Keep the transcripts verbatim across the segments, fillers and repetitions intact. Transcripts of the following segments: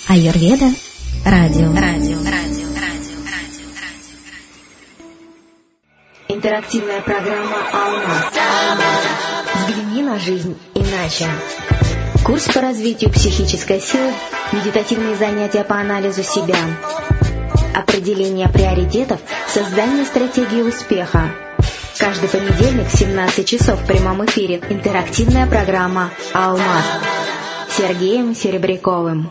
Аюрведа радио. Радио, радио, радио, радио, радио. Интерактивная программа «Алмаз». Взгляни на жизнь иначе. Курс по развитию психической силы, медитативные занятия по анализу себя, определение приоритетов, создание стратегии успеха. Каждый понедельник в семнадцать часов в прямом эфире интерактивная программа «Алмаз» с Сергеем Серебряковым.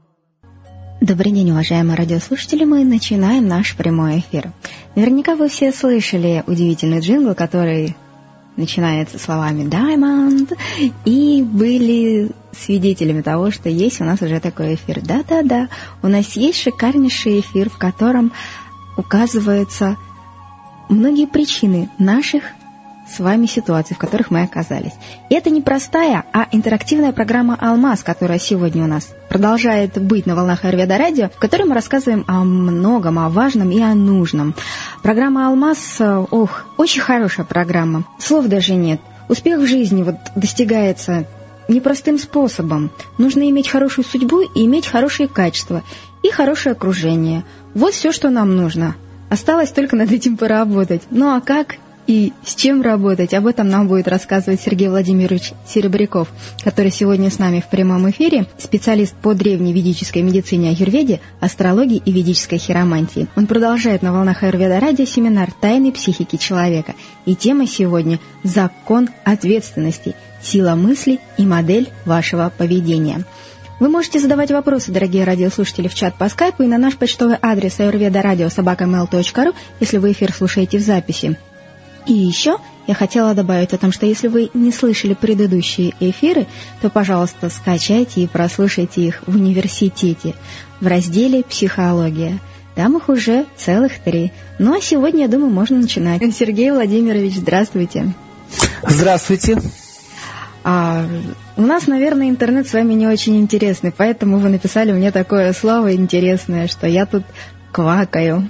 Добрый день, уважаемые радиослушатели, мы начинаем наш прямой эфир. Наверняка вы все слышали удивительный джингл, который начинается словами «Diamond», и были свидетелями того, что есть у нас уже такой эфир. Да-да-да, у нас есть шикарнейший эфир, в котором указываются многие причины наших с вами ситуаций, в которых мы оказались. И это не простая, а интерактивная программа «Алмаз», которая сегодня у нас продолжает быть на волнах Аюрведа радио, в которой мы рассказываем о многом, о важном и о нужном. Программа «Алмаз», ох, очень хорошая программа. Слов даже нет. Успех в жизни вот достигается непростым способом. Нужно иметь хорошую судьбу и иметь хорошие качества и хорошее окружение. Вот все, что нам нужно. Осталось только над этим поработать. Ну а как и с чем работать, об этом нам будет рассказывать Сергей Владимирович Серебряков, который сегодня с нами в прямом эфире, специалист по древней ведической медицине, аюрведе, астрологии и ведической хиромантии. Он продолжает на волнах Аюрведа радио семинар «Тайны психики человека». И тема сегодня – «Закон ответственности. Сила мысли и модель вашего поведения». Вы можете задавать вопросы, дорогие радиослушатели, в чат по скайпу и на наш почтовый адрес аюрведарадио собака мейл точка ру, если вы эфир слушаете в записи. И еще я хотела добавить о том, что если вы не слышали предыдущие эфиры, то, пожалуйста, скачайте и прослушайте их в университете в разделе «Психология». Там их уже целых три. Ну а сегодня, я думаю, можно начинать. Сергей Владимирович, здравствуйте. Здравствуйте. А, у нас, наверное, интернет с вами не очень интересный, поэтому вы написали мне такое слово интересное, что я тут квакаю.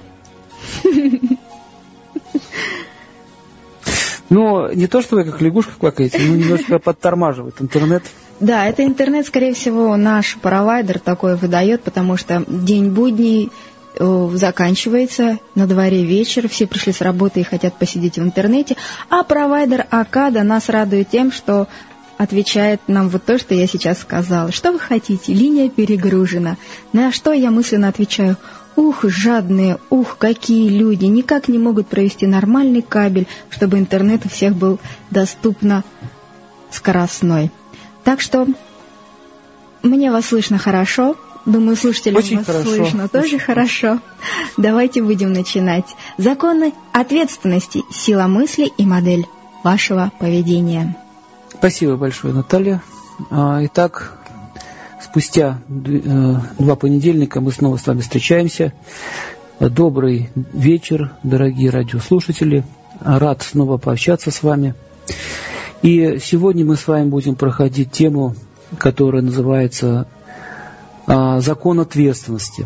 Ну, не то, что вы как лягушка квакаете, но немножко подтормаживает интернет. Да, это интернет, скорее всего, наш провайдер такой выдает, потому что день будний э, заканчивается, на дворе вечер, все пришли с работы и хотят посидеть в интернете, а провайдер Акада нас радует тем, что отвечает нам вот то, что я сейчас сказала. Что вы хотите? Линия перегружена. На что я мысленно отвечаю: ух, жадные, ух, какие люди, никак не могут провести нормальный кабель, чтобы интернет у всех был доступно скоростной. Так что мне вас слышно хорошо, думаю, слушателям очень вас хорошо. слышно тоже очень хорошо. Давайте будем начинать. Законы ответственности, сила мысли и модель вашего поведения. Спасибо большое, Наталья. Итак, спустя два понедельника мы снова с вами встречаемся. Добрый вечер, дорогие радиослушатели. Рад снова пообщаться с вами. И сегодня мы с вами будем проходить тему, которая называется «Закон ответственности».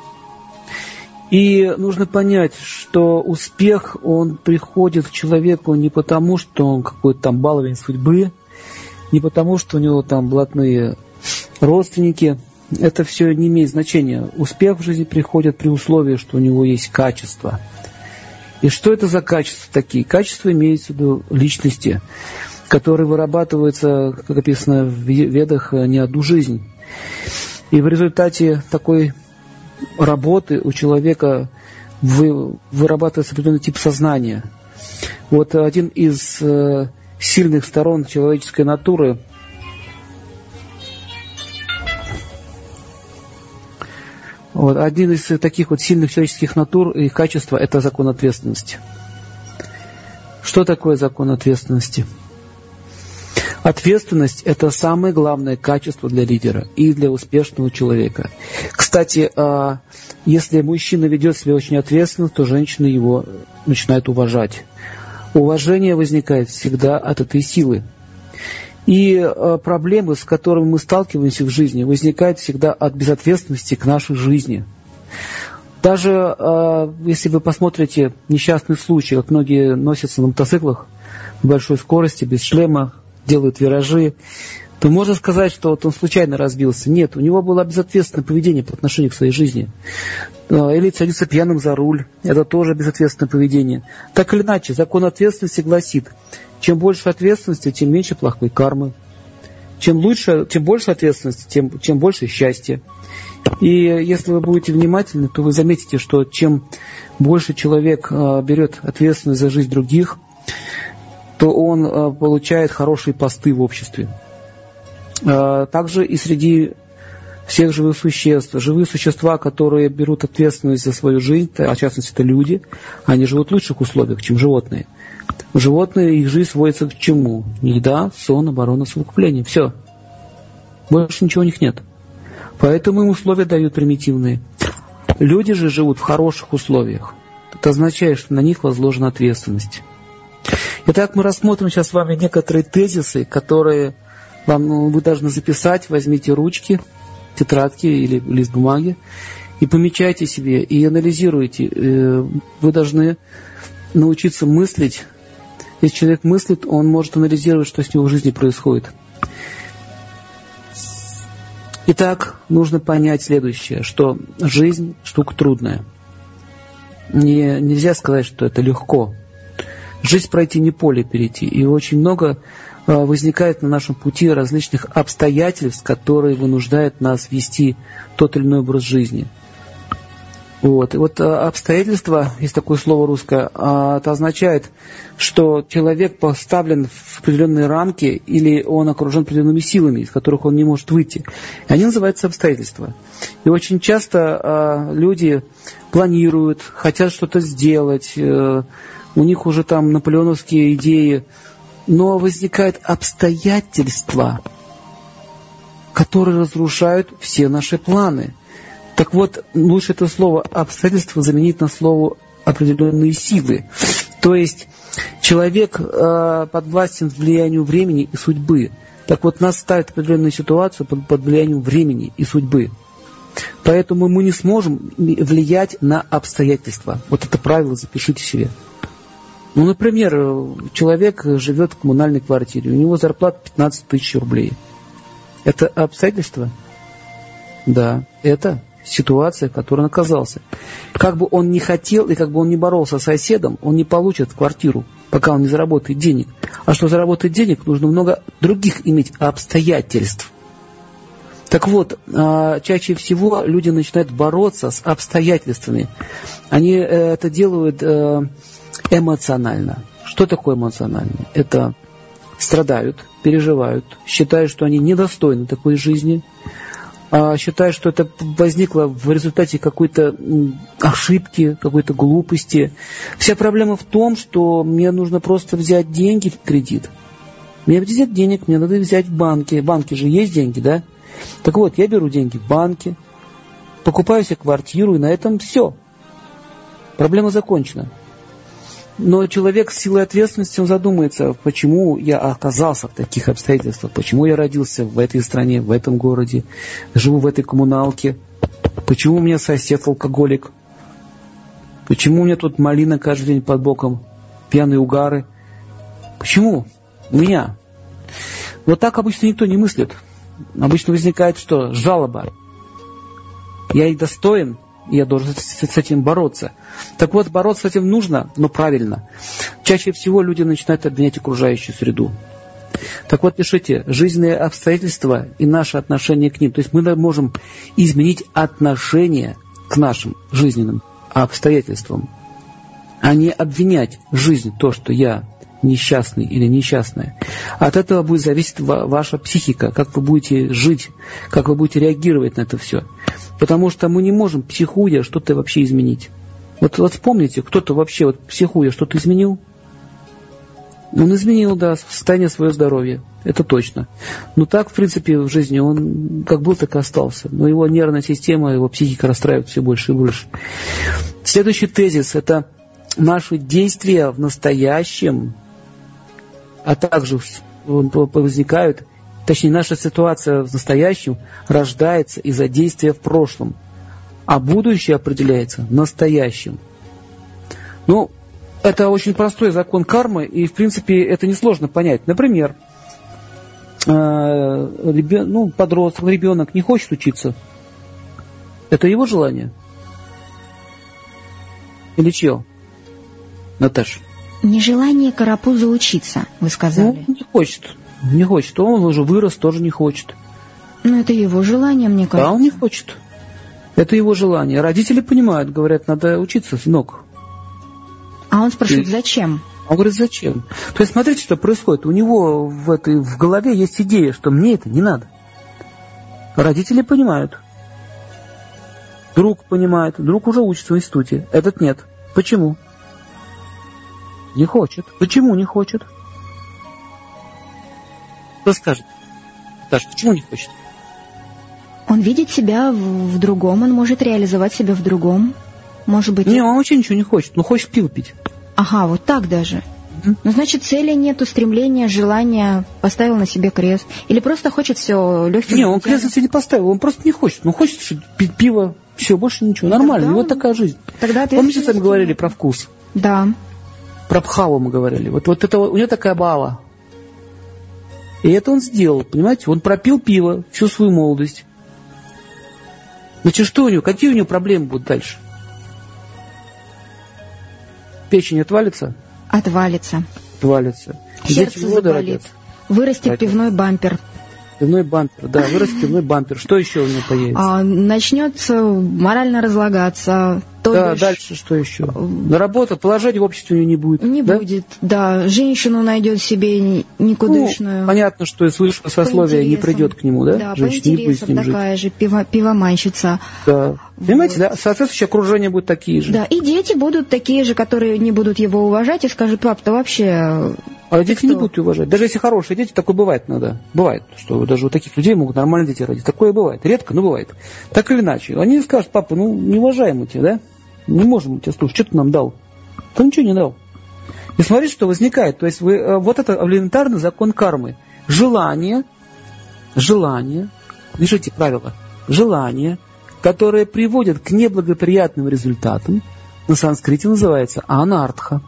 И нужно понять, что успех, он приходит к человеку не потому, что он какой-то там баловень судьбы, не потому, что у него там блатные родственники. Это все не имеет значения. Успех в жизни приходит при условии, что у него есть качества. И что это за качества такие? Качества имеются в виду личности, которые вырабатываются, как описано в Ведах, не одну жизнь. И в результате такой работы у человека вы, вырабатывается определенный тип сознания. Вот один из э, сильных сторон человеческой натуры — Вот, один из таких вот сильных человеческих натур и качеств — это закон ответственности. Что такое закон ответственности? Ответственность — это самое главное качество для лидера и для успешного человека. Кстати, если мужчина ведет себя очень ответственно, то женщина его начинает уважать. Уважение возникает всегда от этой силы. И э, проблемы, с которыми мы сталкиваемся в жизни, возникают всегда от безответственности к нашей жизни. Даже э, если вы посмотрите несчастный случай, как многие носятся на мотоциклах в большой скорости, без шлема, делают виражи, то можно сказать, что вот он случайно разбился. Нет, у него было безответственное поведение по отношению к своей жизни. Или садиться пьяным за руль. Это тоже безответственное поведение. Так или иначе, закон ответственности гласит, чем больше ответственности, тем меньше плохой кармы. Чем лучше, чем больше ответственности, тем, чем больше счастья. И если вы будете внимательны, то вы заметите, что чем больше человек э, берет ответственность за жизнь других, то он э, получает хорошие посты в обществе. Э, также и среди всех живых существ. Живые существа, которые берут ответственность за свою жизнь, а в частности это люди, они живут в лучших условиях, чем животные. Животные, их жизнь сводится к чему? Еда, сон, оборона, совокупление. Все. Больше ничего у них нет. Поэтому им условия дают примитивные. Люди же живут в хороших условиях. Это означает, что на них возложена ответственность. Итак, мы рассмотрим сейчас с вами некоторые тезисы, которые вам ну, вы должны записать. Возьмите ручки, тетрадки или лист бумаги и помечайте себе, и анализируйте. Вы должны научиться мыслить. Если человек мыслит, он может анализировать, что с него в жизни происходит. Итак, нужно понять следующее, что жизнь штука трудная. Не, нельзя сказать, что это легко. Жизнь пройти не поле перейти. И очень много возникает на нашем пути различных обстоятельств, которые вынуждают нас вести тот или иной образ жизни. Вот. И вот обстоятельства, есть такое слово русское, это означает, что человек поставлен в определенные рамки или он окружен определенными силами, из которых он не может выйти. И они называются обстоятельства. И очень часто люди планируют, хотят что-то сделать, у них уже там наполеоновские идеи, но возникают обстоятельства, которые разрушают все наши планы. Так вот, лучше это слово «обстоятельства» заменить на слово «определенные силы». То есть человек э, подвластен влиянию времени и судьбы. Так вот, нас ставят в определенную ситуацию под, под влиянием времени и судьбы. Поэтому мы не сможем влиять на обстоятельства. Вот это правило запишите себе. Ну, например, человек живет в коммунальной квартире, у него зарплата пятнадцать тысяч рублей. Это обстоятельства? Да, это ситуация, в которой он оказался. Как бы он ни хотел и как бы он ни боролся с соседом, он не получит квартиру, пока он не заработает денег. А чтобы заработать денег, нужно много других иметь обстоятельств. Так вот, чаще всего люди начинают бороться с обстоятельствами. Они это делают эмоционально. Что такое эмоционально? Это страдают, переживают, считают, что они недостойны такой жизни, считают, что это возникло в результате какой-то ошибки, какой-то глупости. Вся проблема в том, что мне нужно просто взять деньги в кредит. Мне взять денег, мне надо взять в банке. В банке же есть деньги, да? Так вот, я беру деньги в банке, покупаю себе квартиру, и на этом все. Проблема закончена. Но человек с силой ответственности, он задумается, почему я оказался в таких обстоятельствах, почему я родился в этой стране, в этом городе, живу в этой коммуналке, почему у меня сосед алкоголик, почему у меня тут малина каждый день под боком, пьяные угары. Почему? У меня. Вот так обычно никто не мыслит. Обычно возникает что? Жалоба. Я и достоин, и я должен с этим бороться. Так вот, бороться с этим нужно, но правильно. Чаще всего люди начинают обвинять окружающую среду. Так вот, пишите, жизненные обстоятельства и наше отношение к ним. То есть мы можем изменить отношение к нашим жизненным обстоятельствам, а не обвинять жизнь, то, что я несчастный или несчастная. От этого будет зависеть ваша психика, как вы будете жить, как вы будете реагировать на это все. Потому что мы не можем, психуя, что-то вообще изменить. Вот, вот вспомните, кто-то вообще, вот психуя, что-то изменил? Он изменил, да, состояние своего здоровья. Это точно. Но так, в принципе, в жизни он как был, так и остался. Но его нервная система, его психика расстраивает все больше и больше. Следующий тезис – это наши действия в настоящем, а также возникают, точнее, наша ситуация в настоящем рождается из-за действия в прошлом, а будущее определяется настоящим. Ну, это очень простой закон кармы, и, в принципе, это несложно понять. Например, ребен... ну, подросток, ребенок не хочет учиться, это его желание? Или чье, Наташа? Нежелание Карапуза учиться, вы сказали. Ну, не хочет. Не хочет. Он уже вырос, тоже не хочет. Ну, это его желание, мне кажется. Да, он не хочет. Это его желание. Родители понимают, говорят, надо учиться, сынок. А он спрашивает, зачем? Он говорит, зачем? То есть, смотрите, что происходит. У него в, этой, в голове есть идея, что мне это не надо. Родители понимают. Друг понимает. Друг уже учится в институте. Этот нет. Почему? Не хочет. Почему не хочет? Кто скажет? Саша, почему не хочет? Он видит себя в, в другом, он может реализовать себя в другом. Может быть... Не, он вообще ничего не хочет. Он хочет пиво пить. Ага, вот так даже. Mm-hmm. Ну, значит, цели нету, стремления, желания, поставил на себе крест. Или просто хочет все легким... Не, он крест на себе не поставил, он просто не хочет. Он хочет пить пиво, все, больше ничего. Нормально, вот такая жизнь. Тогда помните, с вами говорили про вкус? Да. Про Бхаву мы говорили. Вот, вот это у него такая бхава. И это он сделал, понимаете? Он пропил пиво всю свою молодость. Значит, что у него? Какие у него проблемы будут дальше? Печень отвалится? Отвалится. Отвалится. Сердце заболит. Вырастет Хотя. пивной бампер. Пивной бампер, да, вырастет пивной бампер. Что еще у него появится? А, начнется морально разлагаться. То да, бишь... дальше что еще? На работу, положения в обществе у него не будет. Не да? будет, да. Женщину найдет себе никудышную. Ну, понятно, что из высшего сословия не придет к нему, да? Да, Женщина по интересам такая жить. же, пиво, пивоманщица. Да. Вот. Понимаете, да? Соответствующее окружение будет такие же. Да, и дети будут такие же, которые не будут его уважать и скажут, пап, ты вообще... А дети кто? Не будут уважать. Даже если хорошие дети, такое бывает иногда. Бывает, что даже у таких людей могут нормально дети родить. Такое бывает. Редко, но бывает. Так или иначе. Они скажут, папа, ну, не уважаем мы тебя, да? Не можем мы тебя слушать. Что ты нам дал? Ты ничего не дал. И смотрите, что возникает. То есть вы, вот это элементарный закон кармы. Желание, желание, пишите правила, желание, которое приводит к неблагоприятным результатам, на санскрите называется анартха.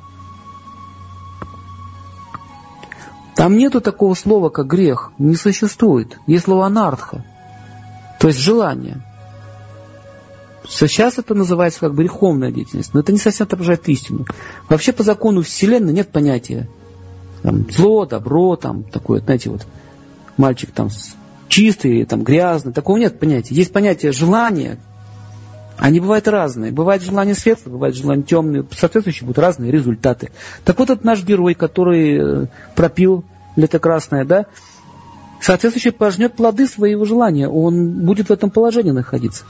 Там нету такого слова, как грех. Не существует. Есть слово анартха. То есть желание. Сейчас это называется как бы греховная деятельность. Но это не совсем отображает истину. Вообще по закону Вселенной нет понятия там, зло, добро, там такое, знаете, вот мальчик там чистый, там грязный. Такого нет понятия. Есть понятие желания. Они бывают разные. Бывает желание светлое, бывает желание темное. Соответствующие будут разные результаты. Так вот, этот наш герой, который пропил лето красное, да, соответствующий пожнет плоды своего желания. Он будет в этом положении находиться.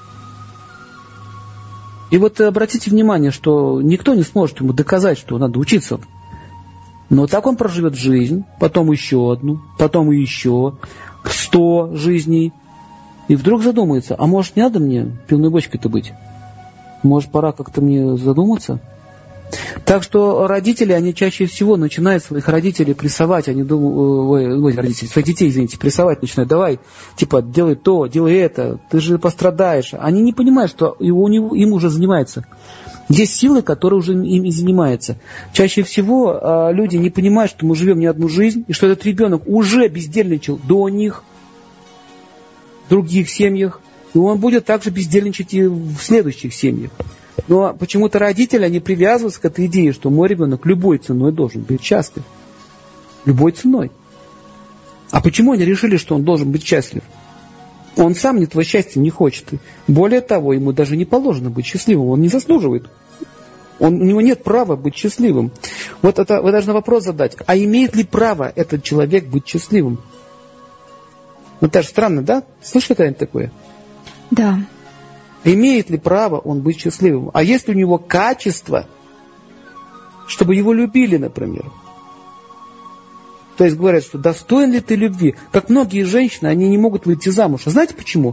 И вот обратите внимание, что никто не сможет ему доказать, что надо учиться. Но так он проживет жизнь, потом еще одну, потом еще сто жизней. И вдруг задумается, а может, не надо мне пивной бочкой-то быть? Может, пора как-то мне задуматься? Так что родители, они чаще всего начинают своих родителей прессовать, они думают, ой, родители, своих детей, извините, прессовать начинают, давай, типа, делай то, делай это, ты же пострадаешь. Они не понимают, что у него, им уже занимается. Есть силы, которые уже ими занимаются. Чаще всего а, люди не понимают, что мы живем не одну жизнь, и что этот ребенок уже бездельничал до них, в других семьях, и он будет также бездельничать и в следующих семьях. Но почему-то родители, они привязываются к этой идее, что мой ребенок любой ценой должен быть счастлив. Любой ценой. А почему они решили, что он должен быть счастлив? Он сам этого счастья не хочет. Более того, ему даже не положено быть счастливым, он не заслуживает. Он, у него нет права быть счастливым. Вот это вы должны вопрос задать, а имеет ли право этот человек быть счастливым? Ну, это же странно, да? Слышали когда-нибудь такое? Да. Имеет ли право он быть счастливым? А есть ли у него качество, чтобы его любили, например? То есть говорят, что достоин ли ты любви? Как многие женщины, они не могут выйти замуж. А знаете почему?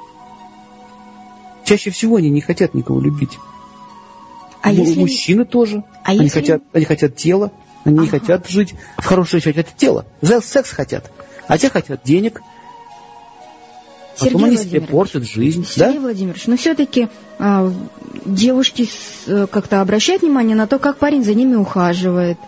Чаще всего они не хотят никого любить. А ну, если... Мужчины тоже. А они, если... хотят, они хотят тела, они ага. не хотят жить в хорошей жизни, хотят тело. Секс хотят. А те хотят денег. Сергей Потом они себе портят жизнь. Сергей да? Владимирович, но все-таки а, девушки с, как-то обращают внимание на то, как парень за ними ухаживает,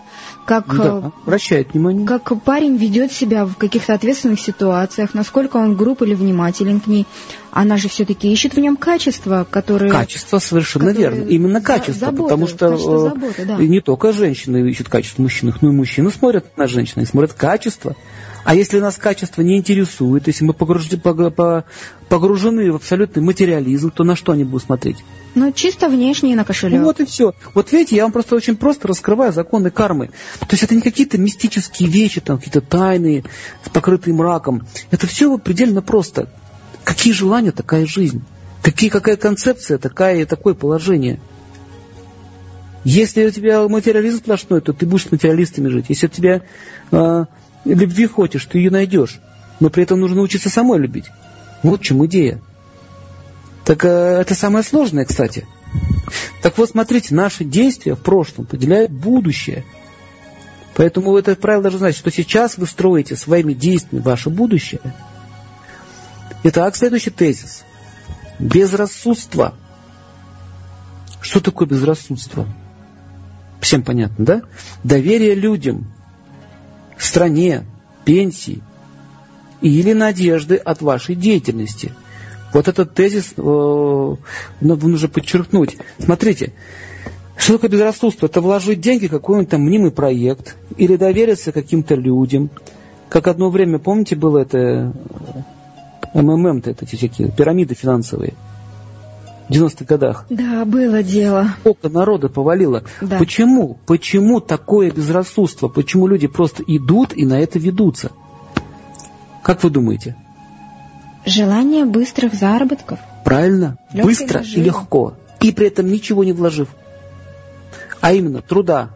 как, да, обращает внимание. Как парень ведет себя в каких-то ответственных ситуациях, насколько он груб или внимателен к ней. Она же все-таки ищет в нем качества, которые... Качество, совершенно которые... верно. Именно качество, заботы, потому что качество заботы, да. Не только женщины ищут качество в мужчинах, но и мужчины смотрят на женщин и смотрят качество. А если нас качество не интересует, если мы погружены, погружены в абсолютный материализм, то на что они будут смотреть? Ну, чисто внешне и на кошелек. Ну, вот и все. Вот видите, я вам просто очень просто раскрываю законы кармы. То есть это не какие-то мистические вещи, там какие-то тайные, покрытые мраком. Это все предельно просто. Какие желания, такая жизнь. Какие, какая концепция, такая, такое положение. Если у тебя материализм сплошной, то ты будешь с материалистами жить. Если у тебя э, любви хочешь, ты ее найдешь. Но при этом нужно научиться самой любить. Вот в чем идея. Так э, это самое сложное, кстати. Так вот, смотрите, наши действия в прошлом определяют будущее. Поэтому это правило должно значить, что сейчас вы строите своими действиями ваше будущее. Итак, следующий тезис. Безрассудство. Что такое безрассудство? Всем понятно, да? Доверие людям, стране, пенсии или надежды от вашей деятельности. Вот этот тезис э, нужно подчеркнуть. Смотрите, что такое безрассудство? Это вложить деньги в какой-нибудь там мнимый проект или довериться каким-то людям. Как одно время, помните, было это эм эм эм-то, это эти всякие пирамиды финансовые в девяностых годах. Да, было дело. Сколько народа повалило. Да. Почему? Почему такое безрассудство? Почему люди просто идут и на это ведутся? Как вы думаете? Желание быстрых заработков. Правильно. Легкой Быстро жизни. и легко. И при этом ничего не вложив. А именно труда.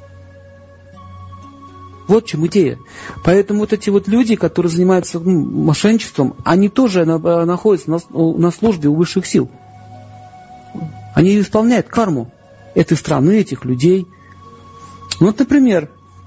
Вот в чем идея. Поэтому вот эти вот люди, которые занимаются ну, мошенничеством, они тоже на, находятся на, на службе у высших сил. Они исполняют карму этой страны, этих людей. Ну, вот, например,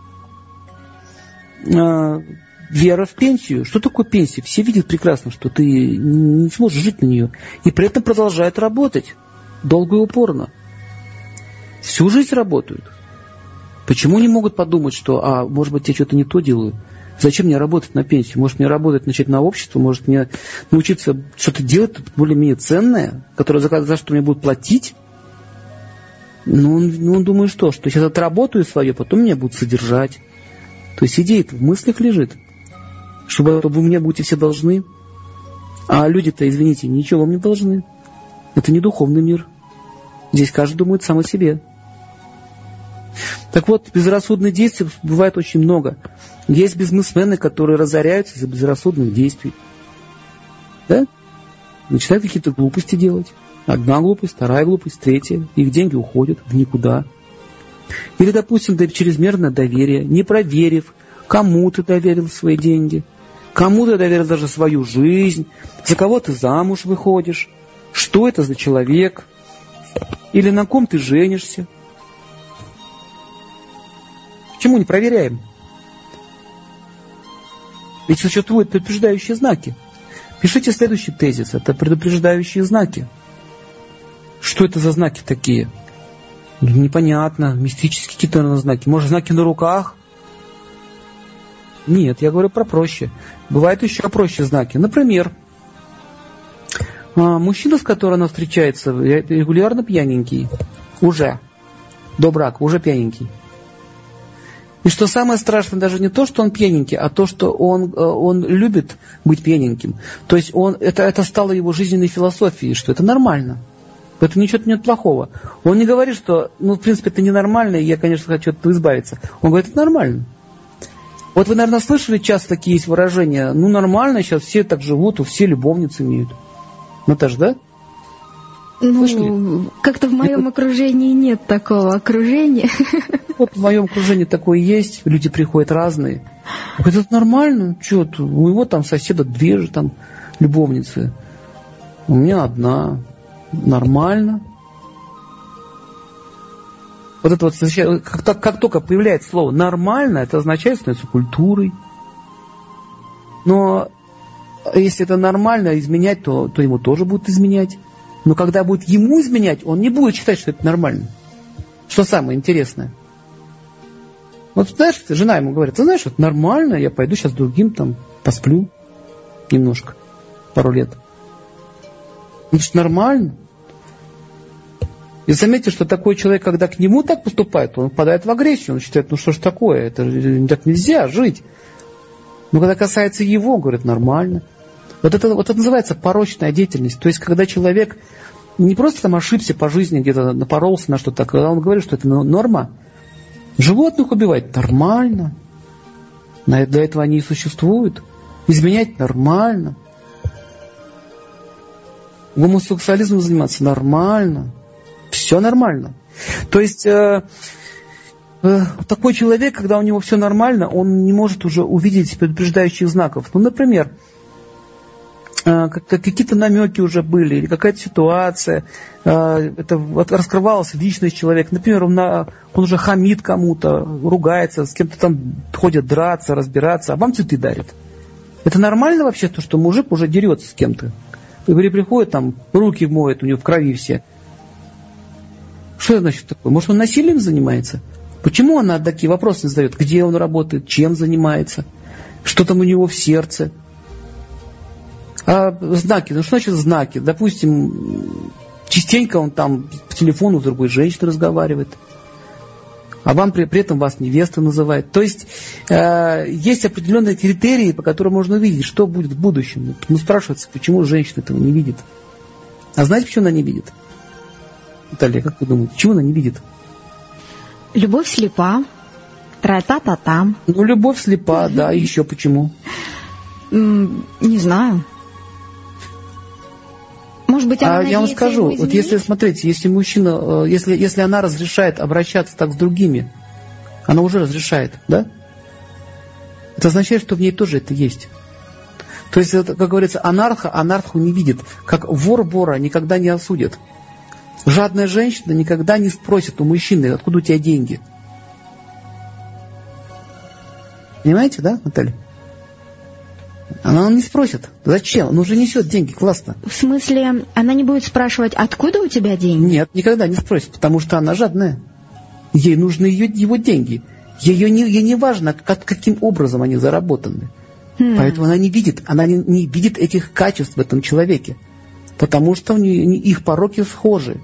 э, вера в пенсию. Что такое пенсия? Все видят прекрасно, что ты не сможешь жить на нее. И при этом продолжают работать. Долго и упорно. Всю жизнь работают. Почему не могут подумать, что, а, может быть, я что-то не то делаю? Зачем мне работать на пенсию? Может, мне работать, начать на общество? Может, мне научиться что-то делать более-менее ценное, которое за, за что мне будут платить? Ну, он, ну, он думает, что? Что сейчас отработаю свое, потом меня будут содержать. То есть идея-то в мыслях лежит. Чтобы вы мне будете все должны. А люди-то, извините, ничего вам не должны. Это не духовный мир. Здесь каждый думает сам о себе. Так вот, безрассудных действий бывает очень много. Есть бизнесмены, которые разоряются из-за безрассудных действий. Да? Начинают какие-то глупости делать. Одна глупость, вторая глупость, третья. Их деньги уходят в никуда. Или, допустим, чрезмерное доверие, не проверив, кому ты доверил свои деньги, кому ты доверил даже свою жизнь, за кого ты замуж выходишь, что это за человек, или на ком ты женишься. Почему не проверяем? Ведь существуют предупреждающие знаки. Пишите следующий тезис. Это предупреждающие знаки. Что это за знаки такие? Непонятно. Мистические какие-то знаки. Может, знаки на руках? Нет, я говорю про проще. Бывают еще проще знаки. Например, мужчина, с которым она встречается, регулярно пьяненький. Уже. До брака. Уже пьяненький. И что самое страшное, даже не то, что он пьяненький, а то, что он, он любит быть пьяненьким. То есть он, это, это стало его жизненной философией, что это нормально. В этом ничего нет плохого. Он не говорит, что, ну, в принципе, это ненормально, и я, конечно, хочу от этого избавиться. Он говорит, это нормально. Вот вы, наверное, слышали часто такие есть выражения, ну, нормально, сейчас все так живут, все любовницы имеют. Наташа, да? Ну, слышали? Как-то в моем это... окружении нет такого окружения. Вот в моем окружении такое есть, люди приходят разные. Говорят, это нормально, что, у него там соседа две же там любовницы. У меня одна. Нормально. Вот это вот, как, как только появляется слово «нормально», это означает, что становится культурой. Но если это нормально изменять, то, то ему тоже будут изменять. Но когда будет ему изменять, он не будет считать, что это нормально. Что самое интересное. Вот знаешь, жена ему говорит, ты знаешь, вот нормально, я пойду сейчас с другим там посплю немножко, пару лет. Значит, нормально. И заметьте, что такой человек, когда к нему так поступает, он впадает в агрессию, он считает, ну что ж такое, это так нельзя жить. Но когда касается его, говорит, нормально. Вот это, вот это называется порочная деятельность. То есть, когда человек не просто там ошибся по жизни, где-то напоролся на что-то, когда он говорит, что это норма. Животных убивать нормально. Для этого они и существуют. Изменять нормально. Гомосексуализмом заниматься нормально. Все нормально. То есть э, э, такой человек, когда у него все нормально, он не может уже увидеть предупреждающих знаков. Ну, например, э, как, какие-то намеки уже были, или какая-то ситуация, э, это вот раскрывалась личность человека. Например, он, на, он уже хамит кому-то, ругается, с кем-то там ходит драться, разбираться, а вам цветы дарит. Это нормально вообще, то, что мужик уже дерется с кем-то? Или приходит, там, руки моет, у него в крови все. Что это значит такое? Может, он насилием занимается? Почему она такие вопросы задает? Где он работает? Чем занимается? Что там у него в сердце? А знаки? Ну, что значит знаки? Допустим, частенько он там по телефону с другой женщиной разговаривает. А вам при, при этом вас невеста называет. То есть э, есть определенные критерии, по которым можно увидеть, что будет в будущем. Ну, спрашивается, почему женщина этого не видит? А знаете, почему она не видит? Наталья, как вы думаете, чего она не видит? Любовь слепа. Тра-та-та-та. Ну, любовь слепа, да. И еще почему? Не знаю. Может быть, она а я вам скажу, вот если, смотрите, если мужчина, если, если она разрешает обращаться так с другими, она уже разрешает, да? Это означает, что в ней тоже это есть. То есть, это, как говорится, анарха анарху не видит, как вор вора никогда не осудит. Жадная женщина никогда не спросит у мужчины, откуда у тебя деньги. Понимаете, да, Наталья? Она не спросит. Зачем? Он уже несет деньги, классно. В смысле, она не будет спрашивать, откуда у тебя деньги? Нет, никогда не спросит, потому что она жадная. Ей нужны ее, его деньги. Ее не, ей не важно, как, каким образом они заработаны. Хм. Поэтому она не видит, она не, не видит этих качеств в этом человеке. Потому что у нее, их пороки схожи.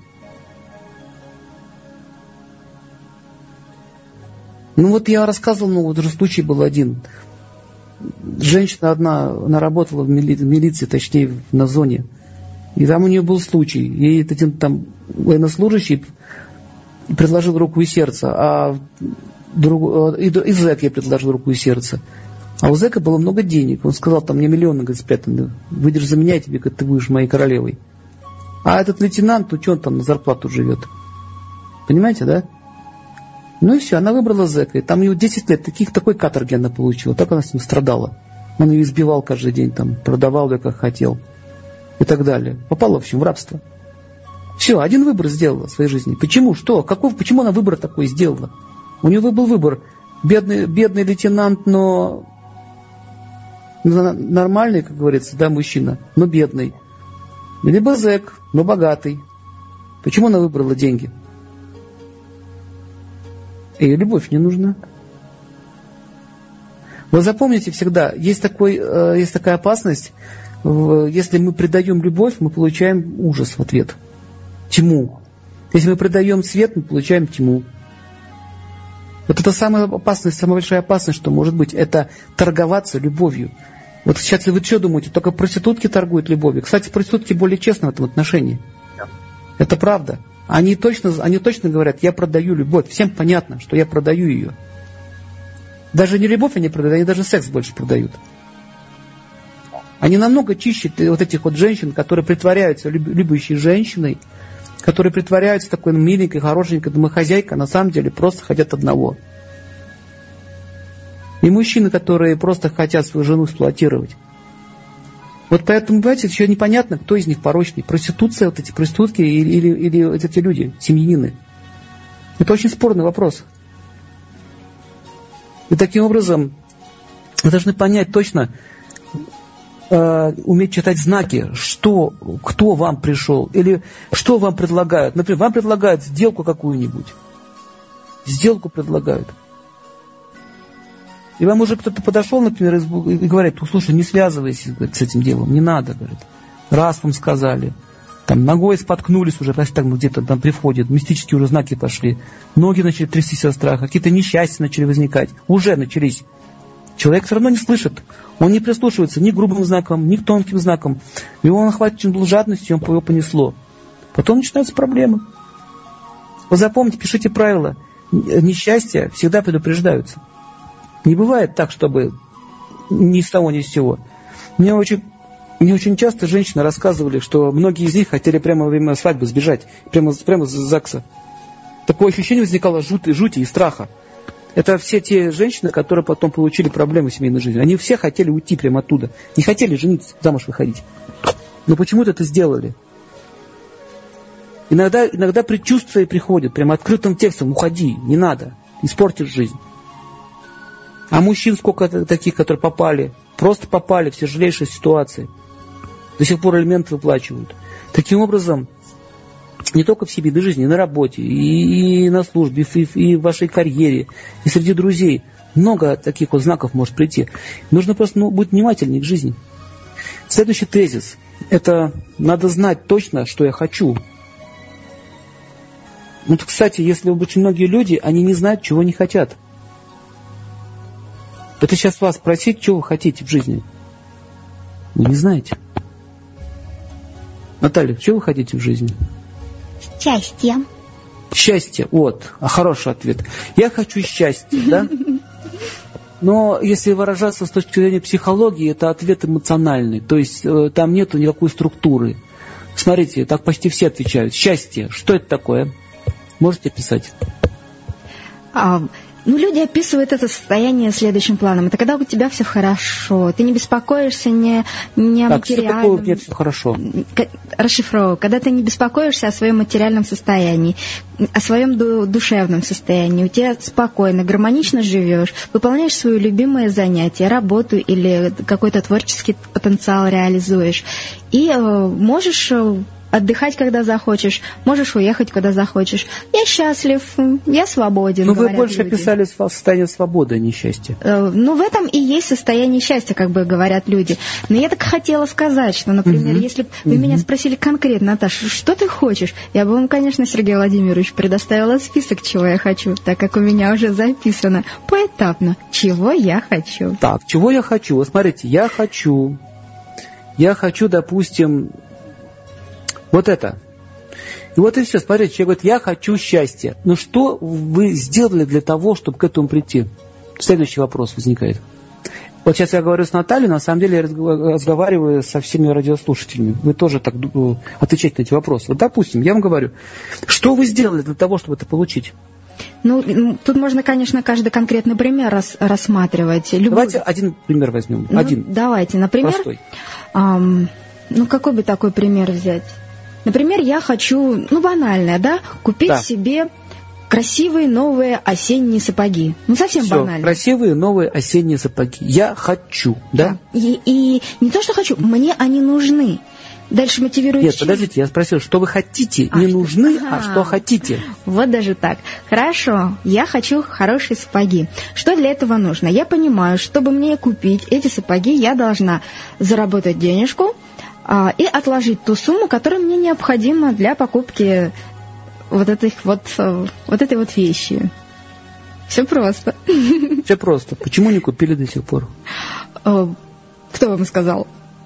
Ну вот я рассказывал, ну вот уже случай был один. Женщина одна, она работала в мили, в милиции, точнее на зоне. И там у нее был случай. Ей один там военнослужащий предложил руку и сердце, а друг, и, и зэк ей предложил руку и сердце. А у зэка было много денег. Он сказал, там мне миллионы, говорит, спрятаны. Выйдешь за меня, тебе, говорит, ты будешь моей королевой. А этот лейтенант, ну что он там на зарплату живет? Понимаете, да? Ну и все, она выбрала зэка. И там у него десять лет, таких, такой каторги она получила. Так она с ним страдала. Он ее избивал каждый день, там, продавал ее как хотел. И так далее. Попала, в общем, в рабство. Все, один выбор сделала в своей жизни. Почему? Что? Каков, почему она выбор такой сделала? У нее был выбор. Бедный, бедный лейтенант, но нормальный, как говорится, да, мужчина, но бедный. Либо зэк, но богатый. Почему она выбрала деньги? Ей любовь не нужна. Вы запомните всегда, есть, такой, есть такая опасность, если мы предаем любовь, мы получаем ужас в ответ. Тьму. Если мы предаем свет, мы получаем тьму. Вот это самая опасность, самая большая опасность, что может быть, это торговаться любовью. Вот сейчас вы что думаете, только проститутки торгуют любовью? Кстати, проститутки более честны в этом отношении. Это правда. Они точно, они точно говорят, я продаю любовь. Всем понятно, что я продаю ее. Даже не любовь они продают, они даже секс больше продают. Они намного чище вот этих вот женщин, которые притворяются любящей женщиной, которые притворяются такой миленькой, хорошенькой домохозяйкой, а на самом деле просто хотят одного. И мужчины, которые просто хотят свою жену эксплуатировать. Вот поэтому, понимаете, еще непонятно, кто из них порочный. Проституция, вот эти проститутки или, или, или эти люди, семьянины. Это очень спорный вопрос. И таким образом вы должны понять точно, э, уметь читать знаки, что, кто вам пришел, или что вам предлагают. Например, вам предлагают сделку какую-нибудь. Сделку предлагают. И вам уже кто-то подошел, например, и говорит: слушай, не связывайся, говорит, с этим делом, не надо, говорит. Раз вам сказали, там ногой споткнулись уже, значит, там где-то там приходит, мистические уже знаки пошли, ноги начали трястись от страха, какие-то несчастья начали возникать, уже начались. Человек все равно не слышит, он не прислушивается ни к грубым знакам, ни к тонким знакам. Его он охвачен был жадностью, он его понесло. Потом начинаются проблемы. Вы запомните, пишите правила. Несчастья всегда предупреждаются. Не бывает так, чтобы ни с того, ни с сего. Мне очень, мне очень часто женщины рассказывали, что многие из них хотели прямо во время свадьбы сбежать, прямо, прямо с ЗАГСа. Такое ощущение возникало жути, жути и страха. Это все те женщины, которые потом получили проблемы в семейной жизни. Они все хотели уйти прямо оттуда. Не хотели жениться, замуж выходить. Но почему-то это сделали. Иногда, иногда предчувствия приходят, прямо открытым текстом: уходи, не надо, испортишь жизнь. А мужчин сколько таких, которые попали, просто попали в тяжелейшие ситуации. До сих пор алименты выплачивают. Таким образом, не только в семейной жизни, и на работе, и, и на службе, и, и в вашей карьере, и среди друзей. Много таких вот знаков может прийти. Нужно просто ну, быть внимательнее к жизни. Следующий тезис. Это надо знать точно, что я хочу. Вот, кстати, если очень многие люди, они не знают, чего не хотят. Это сейчас вас спросить, чего вы хотите в жизни. Вы не знаете. Наталья, чего вы хотите в жизни? Счастье. Счастье, вот, а хороший ответ. Я хочу счастья, да? Но если выражаться с точки зрения психологии, это ответ эмоциональный. То есть э, там нету никакой структуры. Смотрите, так почти все отвечают. Счастье, что это такое? Можете описать? А, ну, люди описывают это состояние следующим планом. Это когда у тебя все хорошо, ты не беспокоишься не, не о так, материальном... Так, что такое у меня все хорошо? Расшифровываю. Когда ты не беспокоишься о своем материальном состоянии, о своем ду- душевном состоянии, у тебя спокойно, гармонично живешь, выполняешь свое любимое занятие, работу или какой-то творческий потенциал реализуешь. И э, можешь... отдыхать, когда захочешь, можешь уехать, когда захочешь. Я счастлив, я свободен. Но вы больше люди. описали состояние свободы, а не счастья. Э, ну, в этом и есть состояние счастья, как бы говорят люди. Но я так хотела сказать, что, например, угу. если бы вы угу. меня спросили конкретно: Наташа, что ты хочешь? Я бы вам, конечно, Сергей Владимирович, предоставила список, чего я хочу, так как у меня уже записано поэтапно, чего я хочу. Так, чего я хочу? Вот смотрите, я хочу, я хочу, допустим, вот это. И вот и все. Смотрите, человек говорит: я хочу счастья. Но что вы сделали для того, чтобы к этому прийти? Следующий вопрос возникает. Вот сейчас я говорю с Натальей, но на самом деле я разговариваю со всеми радиослушателями. Вы тоже так отвечаете на эти вопросы. Вот, допустим, я вам говорю, что вы сделали для того, чтобы это получить? Ну, тут можно, конечно, каждый конкретный пример рас, рассматривать. Любой... Давайте один пример возьмем. Ну, один. Давайте, например... Простой. Эм, ну, какой бы такой пример взять? Например, я хочу, ну, банальное, да, купить да. себе красивые новые осенние сапоги. Ну, совсем Все, банально. Красивые новые осенние сапоги. Я хочу, да? да. И, и не то, что хочу, мне они нужны. Дальше мотивирует... Нет, подождите, я спросил, что вы хотите? А, не что... нужны, ага. а что хотите. Вот даже так. Хорошо, я хочу хорошие сапоги. Что для этого нужно? Я понимаю, чтобы мне купить эти сапоги, я должна заработать денежку, и отложить ту сумму, которая мне необходима для покупки вот, этих вот, вот этой вот вещи. Все просто. Все просто. Почему не купили до сих пор? Кто вам сказал?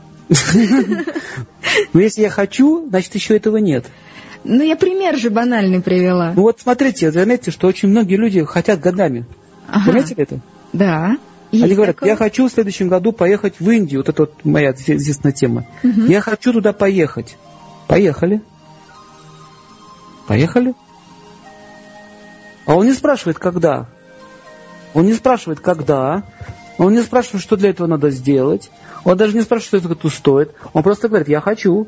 Ну, если я хочу, значит, еще этого нет. Ну, я пример же банальный привела. Ну, вот смотрите, заметьте, что очень многие люди хотят годами. Ага. Заметили это? Да. Есть Они говорят, такое? Я хочу в следующем году поехать в Индию. Вот это вот моя известная тема. Угу. Я хочу туда поехать. Поехали. Поехали. А он не спрашивает, когда. Он не спрашивает, когда. Он не спрашивает, что для этого надо сделать. Он даже не спрашивает, что это стоит. Он просто говорит: я хочу.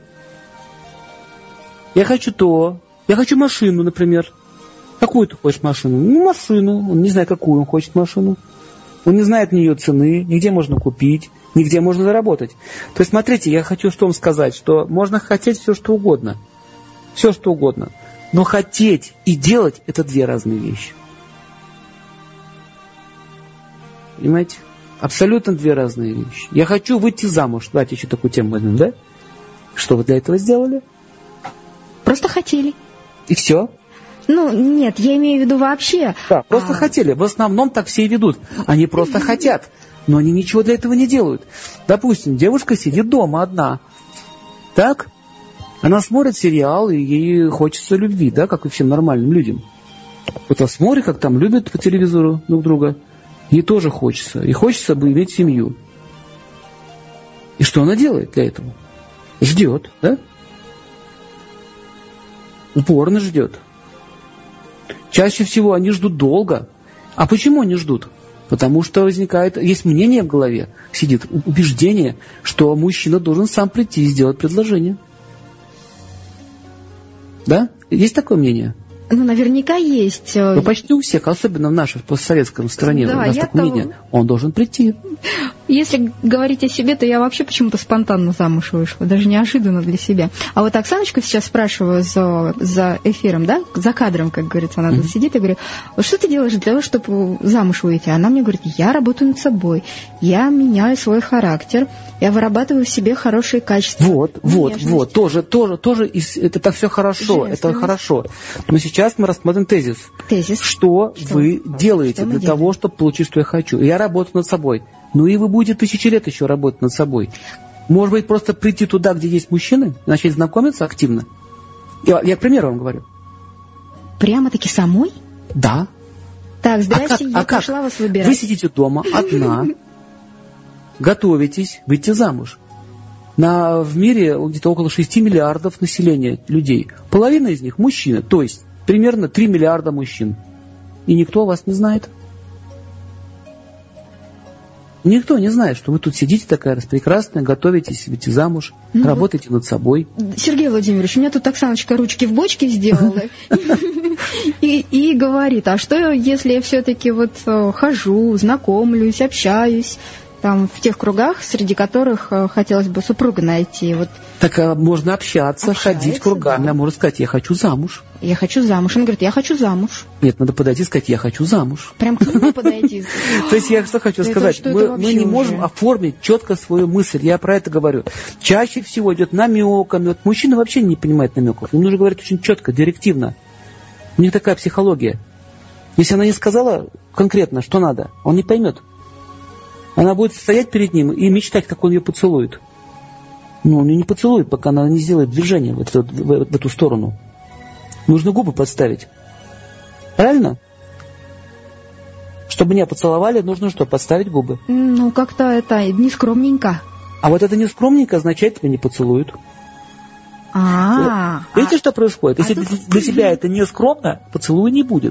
Я хочу то. Я хочу машину, например. Какую ты хочешь машину? Ну, машину. Он не знает, какую он хочет машину. Он не знает ни ее цены, нигде можно купить, нигде можно заработать. То есть, смотрите, я хочу что вам сказать, что можно хотеть все, что угодно. Все, что угодно. Но хотеть и делать – это две разные вещи. понимаете? Абсолютно две разные вещи. Я хочу выйти замуж. Давайте еще такую тему возьмем, да? Что вы для этого сделали? Просто хотели. И все? Ну, нет, я имею в виду вообще. Да, просто а... хотели. В основном так все и ведут. Они просто хотят, но они ничего для этого не делают. Допустим, девушка сидит дома одна. Так? Она смотрит сериал, и ей хочется любви, да, как и всем нормальным людям. Вот она смотрит, как там любят по телевизору друг друга. Ей тоже хочется. И хочется бы иметь семью. И что она делает для этого? Ждет, да? Упорно ждет. Чаще всего они ждут долго. А почему они ждут? Потому что возникает, есть мнение в голове, сидит убеждение, что мужчина должен сам прийти и сделать предложение. Да? Есть такое мнение? Ну, наверняка есть. Ну, почти у всех, особенно в нашей постсоветской стране, да, у нас такое того... мнение. Он должен прийти. Если говорить о себе, то я вообще почему-то спонтанно замуж вышла, даже неожиданно для себя. А вот Оксаночку сейчас спрашиваю за, за эфиром, да, за кадром, как говорится, она mm-hmm. сидит и говорит, вот что ты делаешь для того, чтобы замуж выйти? Она мне говорит, я работаю над собой, я меняю свой характер, я вырабатываю в себе хорошие качества. Вот, вот, вот, тоже, тоже, тоже, это так все хорошо, это хорошо. Но сейчас мы рассмотрим тезис. Тезис. Что, что вы делаете что для делаем? того, чтобы получить, что я хочу? Я работаю над собой. Ну и вы будете тысячи лет еще работать над собой. Может быть, просто прийти туда, где есть мужчины, начать знакомиться активно? Я, я к примеру вам говорю. Прямо-таки самой? Да. Так, здрасте, а как, я а пошла как? вас выбирать. Вы сидите дома одна, готовитесь выйти замуж. На, в мире где-то около шести миллиардов населения людей. Половина из них мужчины, то есть примерно три миллиарда мужчин. И никто вас не знает. Никто не знает, что вы тут сидите такая распрекрасная, готовитесь выйти замуж, ну, работаете над собой. Сергей Владимирович, у меня тут Оксаночка ручки в бочке сделала и говорит, а что, если я все-таки вот хожу, знакомлюсь, общаюсь, там, в тех кругах, среди которых хотелось бы супруга найти. Вот. Так а можно общаться, Общается, ходить кругами, да. А можно сказать, я хочу замуж. Я хочу замуж. Он говорит, я хочу замуж. Нет, надо подойти и сказать, я хочу замуж. Прям к нему подойти. То есть я что хочу сказать, мы не можем оформить четко свою мысль, я про это говорю. Чаще всего идет намеками, вот мужчина вообще не понимает намеков, ему нужно говорить очень четко, директивно. У них такая психология. Если она не сказала конкретно, что надо, он не поймет. Она будет стоять перед ним и мечтать, как он ее поцелует. Но он ее не поцелует, пока она не сделает движение в эту, в, в эту сторону. Нужно губы подставить. Правильно? Чтобы меня поцеловали, нужно что, подставить губы? Ну, как-то это не скромненько. А вот это не скромненько означает, тебя не поцелуют. А-а-а. Видите, что происходит? Если для тебя это не скромно, поцелуя не будет.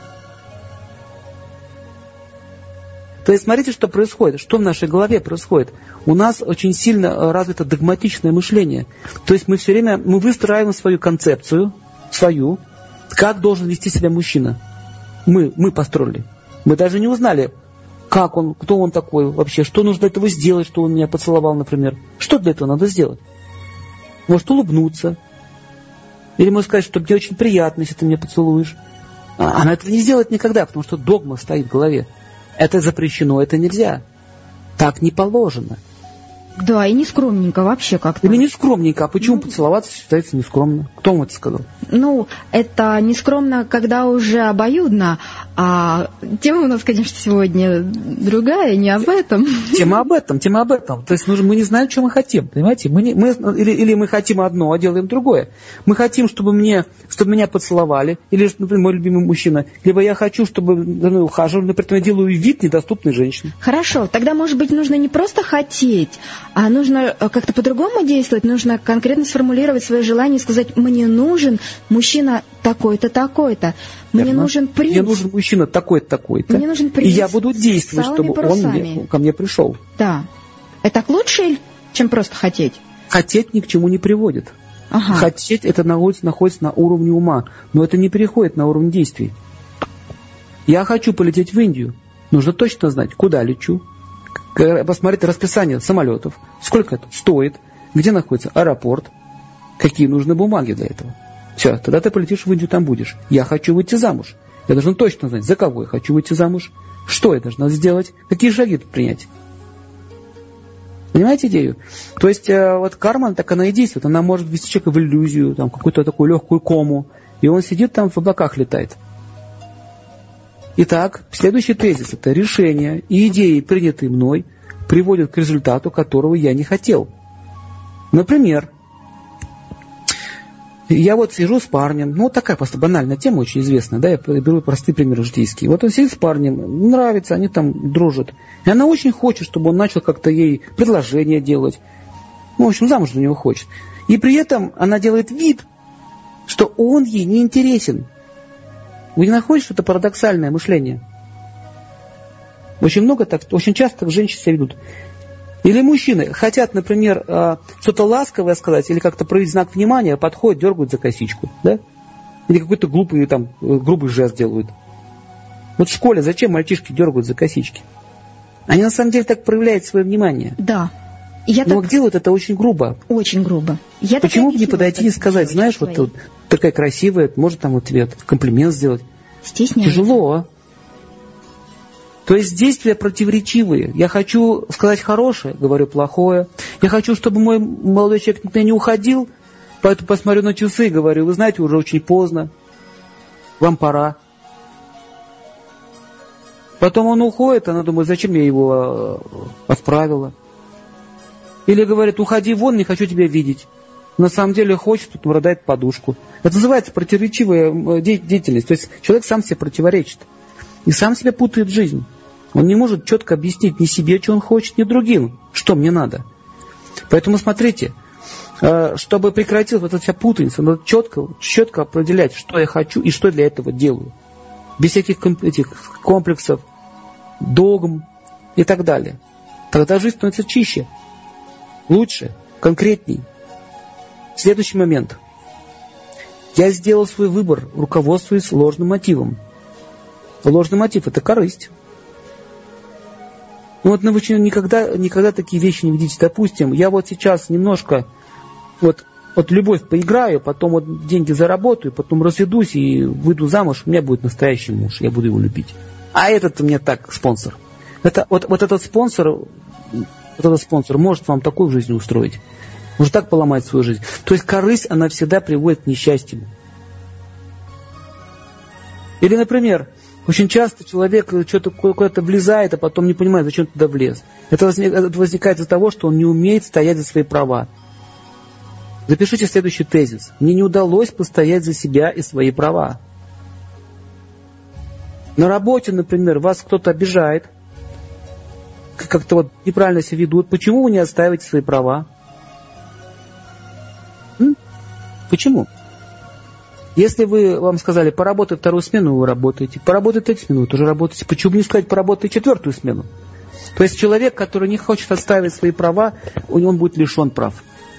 То есть смотрите, что происходит, что в нашей голове происходит. У нас очень сильно развито догматичное мышление. То есть мы все время мы выстраиваем свою концепцию, свою, как должен вести себя мужчина. Мы, мы построили. Мы даже не узнали, как он, кто он такой вообще, что нужно для этого сделать, что он меня поцеловал, например. Что для этого надо сделать? Может улыбнуться. Или может сказать, что мне очень приятно, если ты меня поцелуешь. А она этого не сделает никогда, потому что догма стоит в голове. Это запрещено, это нельзя. Так не положено. Да, и не скромненько вообще как-то. Или не скромненько. А почему ну, поцеловаться считается нескромно? Кто вам это сказал? Ну, это нескромно, когда уже обоюдно. А тема у нас, конечно, сегодня другая, не об этом. Тема об этом, тема об этом. То есть мы не знаем, что мы хотим, понимаете? Мы не, мы, или, или мы хотим одно, а делаем другое. Мы хотим, чтобы, мне, чтобы меня поцеловали, или, например, мой любимый мужчина. Либо я хочу, чтобы ну, ухаживали, но при этом я делаю вид недоступной женщины. Хорошо, тогда, может быть, нужно не просто хотеть, а нужно как-то по-другому действовать, нужно конкретно сформулировать свои желания и сказать, мне нужен мужчина такой-то, такой-то, мне Верно. нужен принц. Мне нужен мужчина такой-то, такой-то, мне нужен принц, и я буду действовать, чтобы парусами. он мне, ко мне пришел. Да. Это лучше, чем просто хотеть? Хотеть ни к чему не приводит. Ага. Хотеть это находится, находится на уровне ума, но это не переходит на уровень действий. Я хочу полететь в Индию, нужно точно знать, куда лечу. Посмотреть расписание самолетов, сколько это стоит, где находится аэропорт, какие нужны бумаги для этого. Все, тогда ты полетишь в Индию, там будешь. Я хочу выйти замуж. Я должна точно знать, за кого я хочу выйти замуж, что я должна сделать, какие шаги тут принять. Понимаете идею? То есть вот карма, так она и действует. Она может ввести человека в иллюзию, там, какую-то такую легкую кому, и он сидит там в облаках летает. Итак, следующий тезис – это решения и идеи, принятые мной, приводят к результату, которого я не хотел. Например, я вот сижу с парнем, ну, вот такая просто банальная тема, очень известная, да, я беру простые примеры житейские. Вот он сидит с парнем, нравится, они там дружат. И она очень хочет, чтобы он начал как-то ей предложение делать. Ну, в общем, замуж за него хочет. И при этом она делает вид, что он ей не интересен. Вы не находите, что это парадоксальное мышление? Очень много так, очень часто так женщины себя ведут. Или мужчины хотят, например, что-то ласковое сказать, или как-то проявить знак внимания, подходят, дергают за косичку, да? Или какой-то глупый, там, грубый жест делают. Вот в школе зачем мальчишки дергают за косички? Они на самом деле так проявляют свое внимание. Да. Я Но так... делают это очень грубо. Очень грубо. Я Почему бы не подойти и сказать, знаешь, вот, вот такая красивая, может там вот тебе комплимент сделать? Стесняюсь. Тяжело. То есть действия противоречивые. Я хочу сказать хорошее, говорю плохое. Я хочу, чтобы мой молодой человек никуда не уходил, поэтому посмотрю на часы и говорю, вы знаете, уже очень поздно, вам пора. Потом он уходит, она думает, зачем я его отправила. Или говорит, уходи вон, не хочу тебя видеть. На самом деле хочет, тут рыдает подушку. Это называется противоречивая деятельность. То есть человек сам себе противоречит. И сам себя путает в жизнь. Он не может четко объяснить ни себе, что он хочет, ни другим, что мне надо. Поэтому смотрите, чтобы прекратилась вот эта вся путаница, надо четко, четко определять, что я хочу и что для этого делаю. Без всяких этих комплексов, догм и так далее. Тогда жизнь становится чище, лучше, конкретней. Следующий момент. Я сделал свой выбор, руководствуясь ложным мотивом. Ложный мотив – это корысть. Ну вот вы никогда, никогда такие вещи не видите. Допустим, я вот сейчас немножко вот, вот любовь поиграю, потом вот деньги заработаю, потом разведусь и выйду замуж, у меня будет настоящий муж, я буду его любить. А этот у меня так, спонсор. Это, вот, вот этот спонсор, вот этот спонсор может вам такую жизнь устроить. Может так поломать свою жизнь. То есть корысть, она всегда приводит к несчастью. Или, например, очень часто человек что-то куда-то влезает, а потом не понимает, зачем туда влез. Это возникает из-за того, что он не умеет стоять за свои права. Запишите следующий тезис. Мне не удалось постоять за себя и свои права. На работе, например, вас кто-то обижает, как-то вот неправильно себя ведут. Почему вы не отстаиваете свои права? М? Почему? Если вы, вам сказали, поработай вторую смену, вы работаете. Поработай третью смену, вы тоже работаете. Почему не сказать, поработай четвертую смену? То есть человек, который не хочет отстаивать свои права, он будет лишен прав.